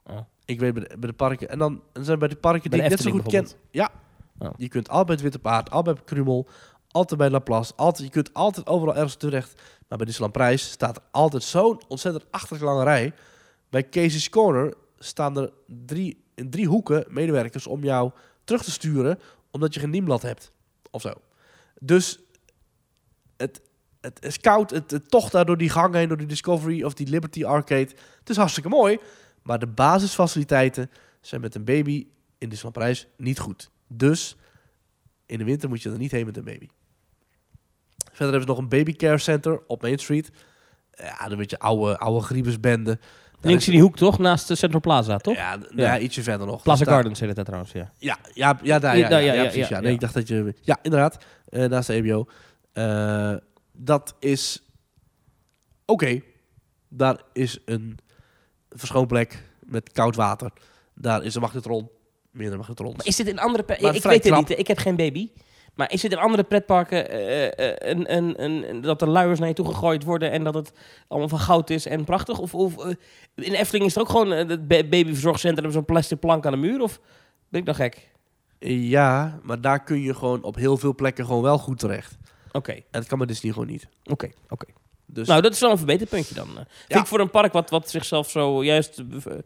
Ik weet bij de parken. En dan zijn bij de parken die ik net zo goed ken. Ja. Oh. Je kunt altijd bij het Witte Paard, altijd bij Krumel, altijd bij Laplace. Je kunt altijd overal ergens terecht. Maar bij Disneyland Parijs staat er altijd zo'n ontzettend achterlijk lange rij. Bij Casey's Corner staan er in 3 hoeken medewerkers om jou terug te sturen, omdat je geen dienblad hebt. Of zo. Dus het is koud. Het tocht daar door die gang heen, door die Discovery of die Liberty Arcade. Het is hartstikke mooi. Maar de basisfaciliteiten zijn met een baby in Disneyland Parijs niet goed. Dus in de winter moet je er niet heen met een baby. Verder hebben ze nog een babycare center op Main Street. Ja, een beetje oude griebesbende. Links in die hoek, toch? Naast de Central Plaza, toch? Ja, ietsje verder nog. Plaza Gardens heet het trouwens, ja. Ja, precies. Nee, ik dacht dat je... Ja, inderdaad. Naast de EBO. Dat is... Oké. Daar is een verschoonplek met koud water. Daar is een magnetron. Meerdere magnetrons. Maar is dit een andere... Ik weet het niet. Ik heb geen baby. Maar is het in andere pretparken dat er luiers naar je toe gegooid worden en dat het allemaal van goud is en prachtig? Of in Efteling is er ook gewoon het babyverzorgcentrum zo'n plastic plank aan de muur? Of ben ik dan gek? Ja, maar daar kun je gewoon op heel veel plekken gewoon wel goed terecht. Oké. En dat kan bij Disney gewoon niet. Oké. Dus... Nou, dat is wel een verbeterpuntje dan. Vind ik voor een park wat zichzelf zo juist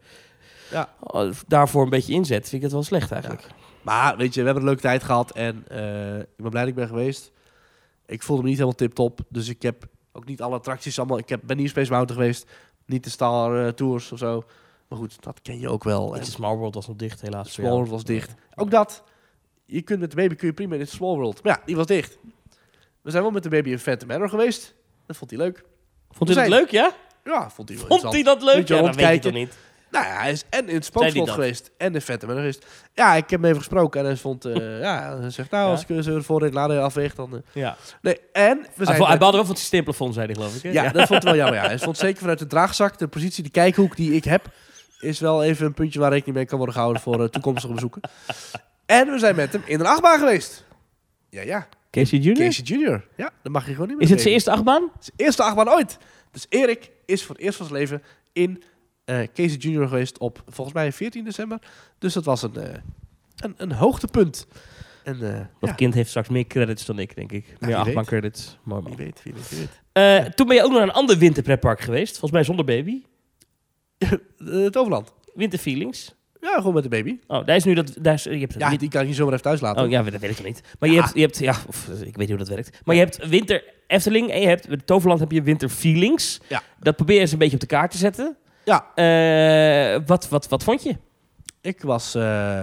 daarvoor een beetje inzet, vind ik het wel slecht eigenlijk. Ja. Maar weet je, we hebben een leuke tijd gehad en ik ben blij dat ik ben geweest. Ik voelde me niet helemaal tip-top, dus ik heb ook niet alle attracties allemaal... ben niet in Space Mountain geweest, niet de Star Tours of zo. Maar goed, dat ken je ook wel. En Small World was nog dicht, helaas. Small World was dicht. Ook dat, je kunt met de baby prima in Small World. Maar ja, die was dicht. We zijn wel met de baby in Phantom Manor geweest. Dat vond hij leuk. Vond hij dat leuk, ja? Ja, vond hij wel. Vond hij dat leuk? Ja, dat weet je toch niet. Nou ja, hij is en in het Spookslot geweest en in Phantom Manor geweest. Ja, ik heb hem even gesproken en hij vond... hij zegt, als ik zo voor het laden afweeg, dan... Ja. Nee, en... Hij baalde wel van het systeemplafond, zei hij, geloof ik. Hè? Ja, dat vond hij wel jammer. Ja. Hij vond zeker vanuit de draagzak, de positie, de kijkhoek die ik heb, is wel even een puntje waar rekening mee kan worden gehouden voor toekomstige bezoeken. En we zijn met hem in een achtbaan geweest. Ja. Casey Jr.? Casey Jr. Ja, dan mag je gewoon niet meer. Is het zijn eerste achtbaan? Het is de eerste achtbaan ooit. Dus Erik is voor het eerst van zijn leven in Casey Jr. geweest op volgens mij 14 december. Dus dat was een hoogtepunt. En, dat kind heeft straks meer credits dan ik, denk ik. Meer achtbaan credits. Wie weet. Toen ben je ook nog naar een ander winterpretpark geweest. Volgens mij zonder baby. Het Overland. Winterfeelings. Ja, gewoon met de baby. Oh, daar is nu dat... die kan ik niet zomaar even thuis laten. Oh ja, dat weet ik nog niet. Maar je hebt ik weet niet hoe dat werkt. Maar je hebt Winter Efteling en je hebt... Het Toverland heb je Winterfeelings. Ja. Dat probeer je eens een beetje op de kaart te zetten. Ja. Wat vond je? Ik was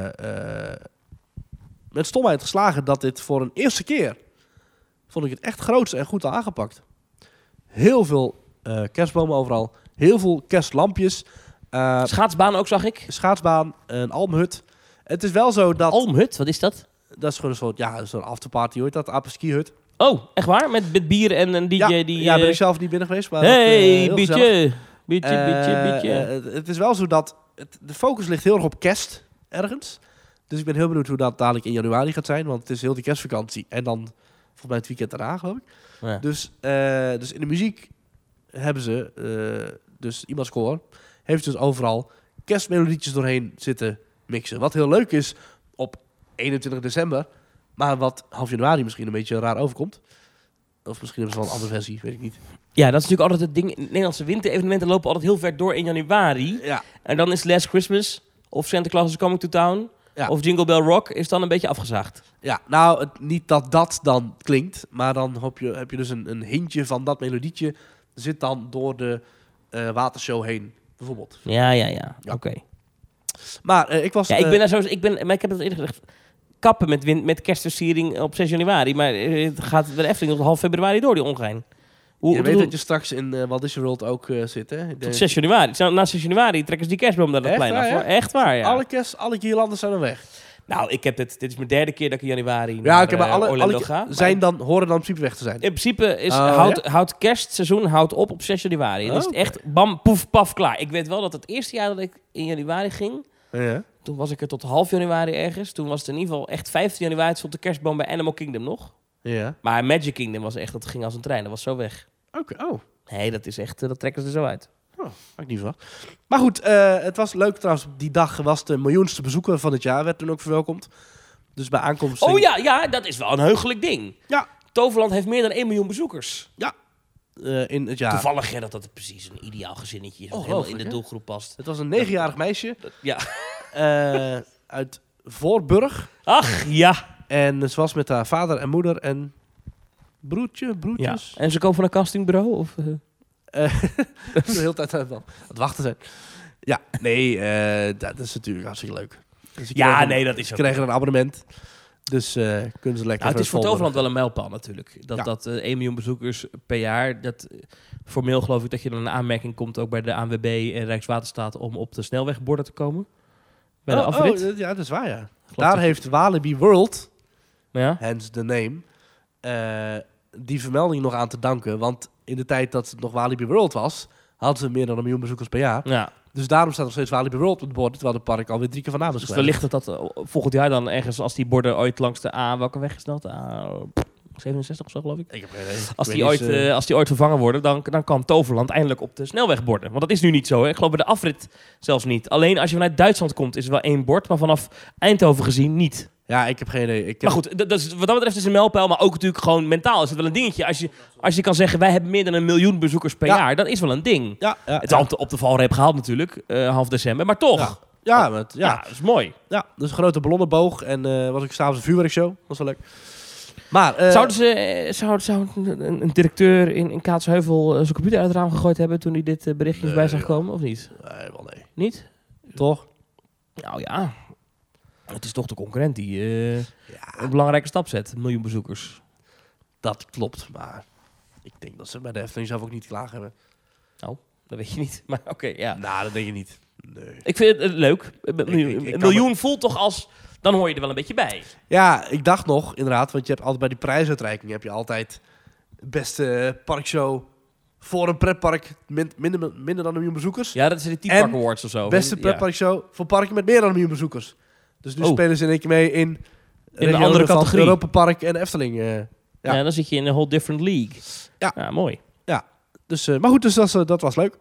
met stomheid geslagen dat dit voor een eerste keer... vond ik het echt groots en goed aangepakt. Heel veel kerstbomen overal. Heel veel kerstlampjes. Schaatsbaan ook, zag ik. Schaatsbaan, een almhut. Het is wel zo dat... Almhut? Wat is dat? Dat is gewoon een soort afterparty, hoor. Dat apres-ski-hut. Oh, echt waar? Met bier en een DJ die... Ja, ben ik zelf niet binnen geweest. Maar beetje. Het is wel zo dat... De focus ligt heel erg op kerst ergens. Dus ik ben heel benieuwd hoe dat dadelijk in januari gaat zijn. Want het is heel die kerstvakantie. En dan volgens mij het weekend daarna, geloof ik. Ja. Dus in de muziek hebben ze... dus iemands koor heeft dus overal kerstmelodietjes doorheen zitten mixen. Wat heel leuk is op 21 december. Maar wat half januari misschien een beetje raar overkomt. Of misschien hebben ze wel een andere versie, weet ik niet. Ja, dat is natuurlijk altijd het ding. Nederlandse winterevenementen lopen altijd heel ver door in januari. Ja. En dan is Last Christmas of Santa Claus is Coming to Town of Jingle Bell Rock is dan een beetje afgezaagd. Ja, nou, niet dat dan klinkt. Maar dan heb je dus een hintje van dat melodietje. Zit dan door de watershow heen, bijvoorbeeld. Ja. Oké. Maar ik was... Ja, maar ik heb het eerder gezegd. Kappen met kerstversiering op 6 januari. Maar het gaat bij de Efteling tot half februari door, die ongein. Je weet dat je straks in Walt Disney World ook zit, hè? Tot 6 januari. Na 6 januari trekken ze die kerstboom naar het plein af. Ja? Echt waar, ja. Alle girlandes zijn er weg. Nou, dit is mijn derde keer dat ik in januari Alle ga. Horen dan in principe weg te zijn. In principe is houdt kerstseizoen op 6 januari. Dan is het echt bam, poef, paf, klaar. Ik weet wel dat het eerste jaar dat ik in januari ging... Ja. Toen was ik er tot half januari ergens. Toen was het in ieder geval echt 15 januari. Stond de kerstboom bij Animal Kingdom nog. Ja. Maar Magic Kingdom was echt, dat ging als een trein. Dat was zo weg. Oké. Oh. Nee, dat is echt, dat trekken ze er zo uit. Oh, had ik niet verwacht. Maar goed, het was leuk trouwens. Die dag was de miljoenste bezoeker van het jaar. Werd toen ook verwelkomd. Dus bij aankomst... Oh ja, dat is wel een heugelijk ding. Ja. Toverland heeft meer dan 1 miljoen bezoekers. Ja. In het jaar. Toevallig dat het precies een ideaal gezinnetje is. Wat helemaal in de doelgroep past. Het was een 9-jarig meisje. Ja. Uit Voorburg. Ach, ja. En ze was met haar vader en moeder en broertjes. Ja. En ze komen van een castingbureau? Of, de hele tijd aan het wachten zijn. Ja, nee, dat is natuurlijk hartstikke leuk. Dus dat is ook. Ze kregen een abonnement. Dus kunnen ze lekker... het is voor Toverland wel een mijlpaal natuurlijk. Dat 1 miljoen bezoekers per jaar... Formeel geloof ik dat je dan een aanmerking komt... ook bij de ANWB en Rijkswaterstaat... om op de snelwegborden te komen. Bij de afrit. Ja, dat is waar, ja. Daar heeft Walibi World, hence the name... die vermelding nog aan te danken. Want in de tijd dat het nog Walibi World was... hadden ze meer dan 1 miljoen bezoekers per jaar. Ja. Dus daarom staat nog steeds Walibi World op het bord... terwijl het park alweer 3 keer vandaan is. Dus wellicht dat volgend jaar dan ergens... als die borden ooit langs de A... welke weg is dat? A67 of zo, geloof ik. Ik heb geen idee. Als die ooit vervangen worden... dan kan Toverland eindelijk op de snelwegborden. Want dat is nu niet zo. Hè? Ik geloof bij de afrit zelfs niet. Alleen als je vanuit Duitsland komt... is er wel 1 bord... maar vanaf Eindhoven gezien niet. Ja, ik heb geen idee. Maar goed, wat dat betreft is het een mijlpaal, maar ook natuurlijk gewoon mentaal is het wel een dingetje. Als je kan zeggen, wij hebben meer dan 1 miljoen bezoekers per jaar, dat is wel een ding. Het is op de valreep gehaald natuurlijk, half december, maar toch. Ja, dat is mooi. Ja, dus een grote ballonnenboog en was ik s'avonds een vuurwerkshow. Dat was wel leuk. Maar, zou een directeur in Kaatsheuvel zijn computer uit het raam gegooid hebben toen hij dit berichtje bij zag komen, of niet? Nee, wel nee. Niet? Toch? Nou ja. Het is toch de concurrent die een belangrijke stap zet. 1 miljoen bezoekers. Dat klopt, maar ik denk dat ze bij de Efteling zelf ook niet klaar hebben. Nou, dat weet je niet. Maar oké, ja. Nou, dat denk je niet. Nee. Ik vind het leuk. Een miljoen voelt toch als... Dan hoor je er wel een beetje bij. Ja, ik dacht nog, inderdaad. Want je hebt altijd bij die prijsuitreiking... heb je altijd beste parkshow... voor een pretpark minder dan 1 miljoen bezoekers. Ja, dat is de T-Park Awards of zo. Beste pretparkshow voor parken met meer dan 1 miljoen bezoekers. Dus nu spelen ze in één keer mee in een andere categorie. Europa Park en Efteling. Ja, dan zit je in een whole different league. Ja, mooi. Ja, dus, maar goed, dus dat was leuk.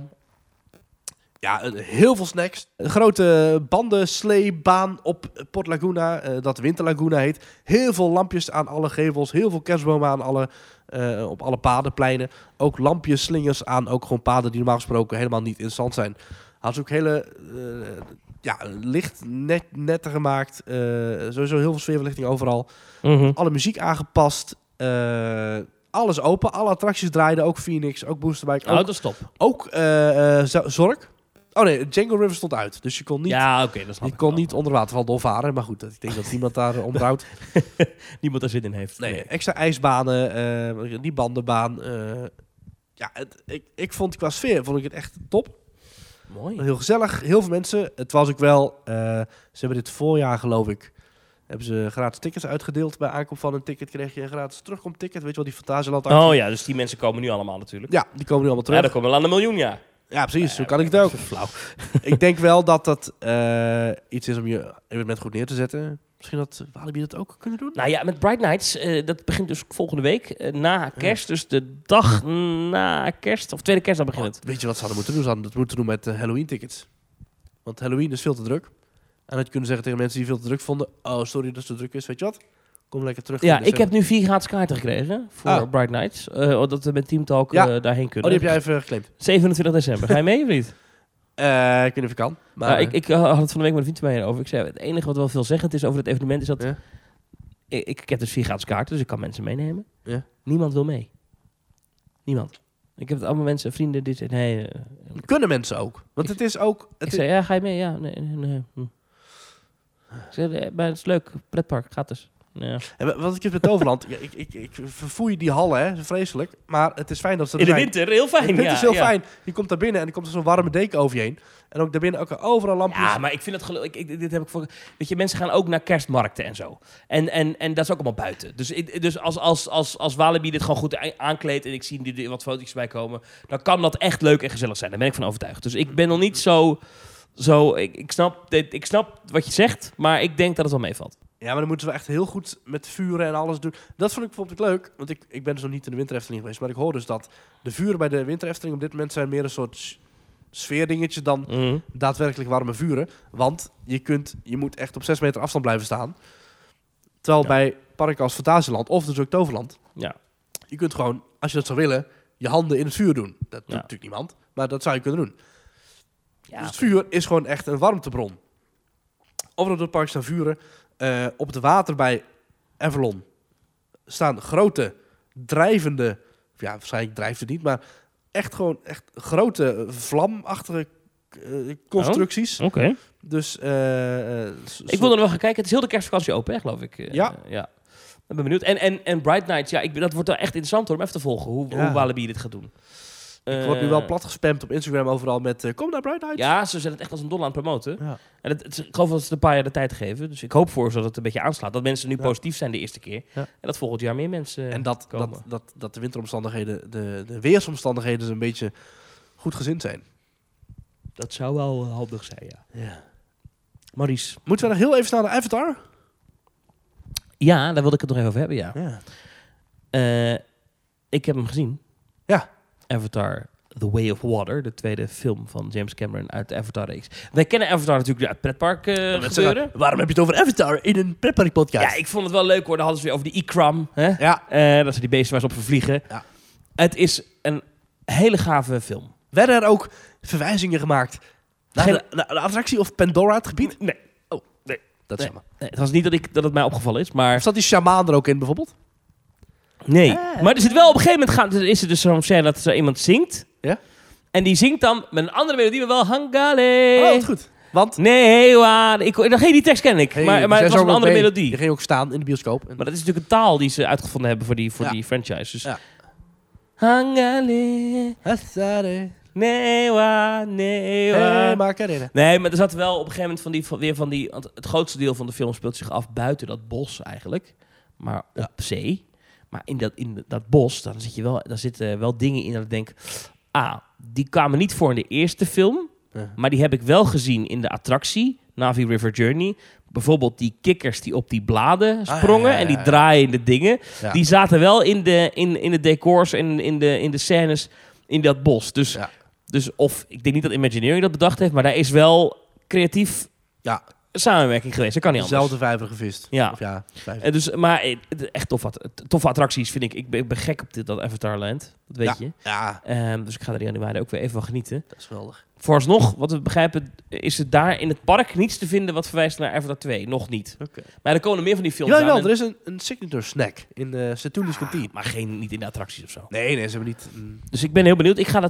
Heel veel snacks. Een grote bandensleebaan op Port Laguna, dat Winter Laguna heet. Heel veel lampjes aan alle gevels, heel veel kerstbomen aan op alle paden, pleinen. Ook lampjes, slingers aan ook gewoon paden die normaal gesproken helemaal niet interessant zijn. Hadden ze ook hele licht netten gemaakt. Sowieso heel veel sfeerverlichting overal. Mm-hmm. Alle muziek aangepast. Alles open. Alle attracties draaiden. Ook Phoenix, ook Boosterbike. Dat is top. Ook Zork. Oh nee, Django River stond uit. Dus je kon niet, je kon niet onder waterval doorvaren. Maar goed, ik denk dat niemand daar onderhoudt. Niemand daar zin in heeft. Nee, extra ijsbanen. Die bandenbaan. Ik vond qua sfeer het echt top. Mooi. Heel gezellig. Heel veel mensen. Het was ook wel... ze hebben dit voorjaar, geloof ik... hebben ze gratis tickets uitgedeeld. Bij aankomst van een ticket kreeg je een gratis terugkomticket. Weet je wel, die Fantasieland actie. Oh ja, dus die mensen komen nu allemaal natuurlijk. Ja, die komen nu allemaal terug. Ja, dan komen we aan 1 miljoen, ja. Ja, precies. Zo kan ik het ook. Flauw. Ik denk wel dat dat iets is om je evenement goed neer te zetten. Misschien dat Walibi dat ook kunnen doen? Nou ja, met Bright Nights, dat begint dus volgende week. Na kerst, dus de dag na kerst, of tweede kerstdag begint het. Weet je wat ze hadden moeten doen? Ze hadden het moeten doen met Halloween tickets. Want Halloween is veel te druk. En dat je kunnen zeggen tegen mensen die veel te druk vonden... Oh, sorry dat het te druk is. Weet je wat? Kom lekker terug. Ja, ik heb nu 4 gratis kaarten gekregen voor Bright Nights. Dat we met Team Talk daarheen kunnen. Oh, die heb jij even geclaimd. 27 december. Ga je mee of niet? Ik weet niet of ik kan. Maar ik had het van de week met een vriend van mij over. Ik zei, het enige wat wel veelzeggend is over het evenement is dat... Ja. Ik heb dus 4 gratis kaarten, dus ik kan mensen meenemen. Ja. Niemand wil mee. Niemand. Ik heb het allemaal mensen, vrienden, die zeggen... Nee, kunnen mensen ook? Want het is ook... Ik zei, ja, ga je mee? Ja, nee. Ik zei, maar het is leuk. Pretpark, gaat dus. Ja. Wat ik heb met Toverland, ik verfoei die hallen, hè, vreselijk. Maar het is fijn dat ze er in de zijn. winter, heel fijn. Het is heel fijn. Je komt daar binnen en er komt er zo'n warme deken over je heen. En ook daarbinnen ook overal lampjes. Ja, maar ik vind het geluk. Dit heb ik voor. Weet je, mensen gaan ook naar kerstmarkten en zo. En dat is ook allemaal buiten. Dus als Walibi dit gewoon goed aankleedt en ik zie er wat foto's bij komen, dan kan dat echt leuk en gezellig zijn. Daar ben ik van overtuigd. Dus ik ben nog niet zo. Ik snap wat je zegt, maar ik denk dat het wel meevalt. Ja, maar dan moeten we echt heel goed met vuren en alles doen. Dat vond ik bijvoorbeeld leuk, want ik ben dus nog niet in de Winter Efteling geweest. Maar ik hoor dus dat de vuren bij de Winter Efteling op dit moment zijn meer een soort sfeerdingetje dan daadwerkelijk warme vuren. Want je moet echt op 6 meter afstand blijven staan. Terwijl bij parken als Fantasieland of dus ook Toverland... Ja. Je kunt gewoon, als je dat zou willen, je handen in het vuur doen. Dat doet natuurlijk niemand, maar dat zou je kunnen doen. Ja. Dus het vuur is gewoon echt een warmtebron. Overal door het park staan vuren. Op het water bij Avalon staan grote drijvende... Ja, waarschijnlijk drijft het niet, maar echt grote vlamachtige constructies. Oké. Dus... ik wil er nog gaan kijken. Het is heel de kerstvakantie open, hè, geloof ik. Ja. Ik ben benieuwd. En Bright Nights, dat wordt wel echt interessant hoor, om even te volgen hoe Walibi dit gaat doen. Ik word nu wel plat gespamd op Instagram overal met kom naar Bright Nights. Ja, ze zijn het echt als een dolle aan het promoten. Ja. En ik geloof dat ze een paar jaar de tijd geven. Dus ik hoop voor ze dat het een beetje aanslaat. Dat mensen nu positief zijn de eerste keer. Ja. En dat volgend jaar meer mensen en dat de winteromstandigheden, de weersomstandigheden een beetje goed gezind zijn. Dat zou wel handig zijn, ja. Maurice. Moeten we nog heel even naar de Avatar? Ja, daar wilde ik het nog even over hebben, ja. Ik heb hem gezien. Ja. Avatar The Way of Water, de tweede film van James Cameron uit de Avatar-reeks. Wij kennen Avatar natuurlijk uit pretpark gebeuren. Waarom heb je het over Avatar in een pretpark-podcast? Ja, ik vond het wel leuk hoor. Dan hadden ze weer over de Ikram. Hè? Ja. Dat zijn die beesten waar ze op vervliegen. Ja. Het is een hele gave film. Werden er ook verwijzingen gemaakt naar de attractie of Pandora, het gebied? Nee. Oh, nee. Dat is jammer. Nee, het was niet dat het mij opgevallen is, maar... Of zat die shamaan er ook in bijvoorbeeld? Nee. Maar er zit wel op een gegeven moment... is er dus zo'n scène dat er iemand zingt. Ja? En die zingt dan met een andere melodie, maar wel Hangale. Oh, dat is goed. Want? Nee, die tekst ken ik. Maar het was een andere melodie. Die ging ook staan in de bioscoop. Maar dat is natuurlijk een taal die ze uitgevonden hebben voor die franchise. Dus Hangale. Hassare. Nee, Macarena. Nee, maar er zat wel op een gegeven moment het grootste deel van de film speelt zich af buiten dat bos eigenlijk. Maar op zee. Maar in dat bos, daar zitten wel dingen in dat ik denk... die kwamen niet voor in de eerste film. Maar die heb ik wel gezien in de attractie. Na'vi River Journey. Bijvoorbeeld die kikkers die op die bladen sprongen. En die draaiende dingen. Ja. Die zaten wel in de decors en in de scènes in dat bos. Dus of ik denk niet dat Imagineering dat bedacht heeft. Maar daar is wel creatief... samenwerking geweest. Dat kan niet anders. Dezelfde vijver gevist. Ja. Maar echt toffe attracties vind ik. Ik ben gek op dat Avatarland. Dat weet je. Ja. Dus ik ga er in januari ook weer even van genieten. Dat is geweldig. Vooralsnog, wat we begrijpen, is het daar in het park niets te vinden wat verwijst naar Avatar 2. Nog niet. Okay. Maar er komen meer van die films aan. Ja, er is een signature snack in de Saturnus Kantine. Maar niet in de attracties of zo. Nee, ze hebben niet... Dus ik ben heel benieuwd. Ik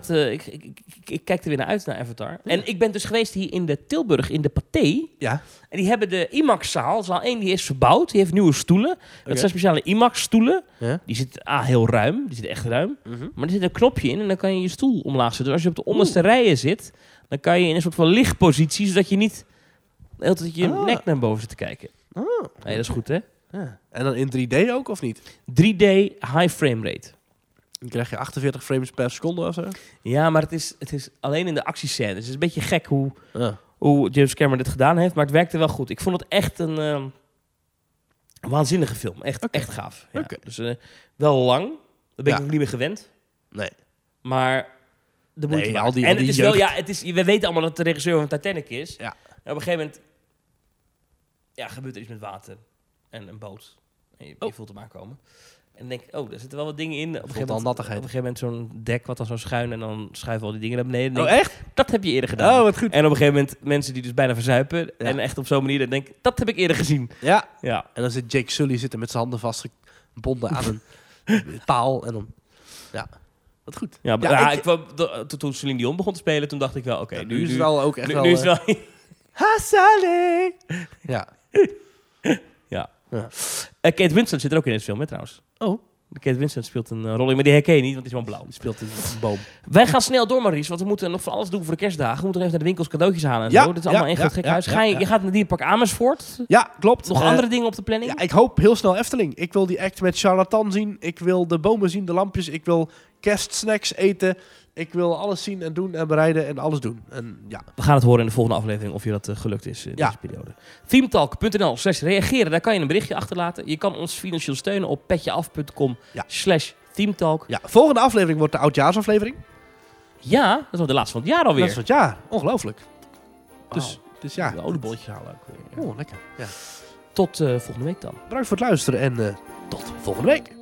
kijk er weer naar uit, naar Avatar. Ja. En ik ben dus geweest hier in de Tilburg, in de Pathé. Ja. En die hebben de IMAX-zaal, zaal 1, die is verbouwd. Die heeft nieuwe stoelen. Okay. Dat zijn speciale IMAX-stoelen. Ja. Die zit heel ruim. Die zit echt ruim. Mm-hmm. Maar er zit een knopje in en dan kan je stoel omlaag zetten. Dus als je op de onderste rijen zit, dan kan je in een soort van lichtpositie, zodat je niet de hele tijd je nek naar boven zit te kijken. Nee, dat is goed, hè? Ja. En dan in 3D ook, of niet? 3D high frame rate. Dan krijg je 48 frames per seconde of zo? Ja, maar het is alleen in de actiescènes. Het is een beetje gek hoe James Cameron dit gedaan heeft, maar het werkte wel goed. Ik vond het echt een waanzinnige film. Echt gaaf. Ja. Okay. Dus wel lang. Dat ben ik nog niet meer gewend. Nee. Maar de moeite waard. En het is wel, we weten allemaal dat het de regisseur van Titanic is. Ja. En op een gegeven moment gebeurt er iets met water en een boot. En je voelt hem aankomen. En dan denk ik, er zitten wel wat dingen in. Op een gegeven moment zo'n dek wat dan zo schuin en dan schuiven al die dingen naar beneden. Echt? Dat heb je eerder gedaan. Oh, wat goed. En op een gegeven moment mensen die dus bijna verzuipen en echt op zo'n manier denk ik, dat heb ik eerder gezien. Ja. En dan zit Jake Sully met zijn handen vastgebonden aan een paal en dan... Ja. Wat goed. Toen Celine Dion begon te spelen, toen dacht ik wel, nu is het wel ook echt wel... Nu is het wel... Hassale! Ja. Kate Winslet zit er ook in deze film, trouwens. Oh. Kate Winslet speelt een rol in, maar die herken je niet, want die is gewoon blauw. Die speelt in een boom. Wij gaan snel door, Maurice, want we moeten nog van alles doen voor de kerstdagen. We moeten even naar de winkels cadeautjes halen en zo. Dit is allemaal één groot gek huis. Je gaat naar Dierpark Amersfoort. Ja, klopt. Nog andere dingen op de planning? Ja, ik hoop heel snel Efteling. Ik wil die act met Charlatan zien. Ik wil de bomen zien, de lampjes. Ik wil kerstsnacks eten. Ik wil alles zien en doen en bereiden en alles doen. En, we gaan het horen in de volgende aflevering of je dat gelukt is in deze periode. Themetalk.nl/reageren, daar kan je een berichtje achterlaten. Je kan ons financieel steunen op petjeaf.com/themetalk. Ja, volgende aflevering wordt de oudjaarsaflevering. Ja, dat is al de laatste van het jaar alweer. Dat is van het jaar. Ongelooflijk. Wow. Dus ja. De oliebolletjes halen ook weer. Ja. Oh, lekker. Ja. Tot volgende week dan. Bedankt voor het luisteren en tot volgende week.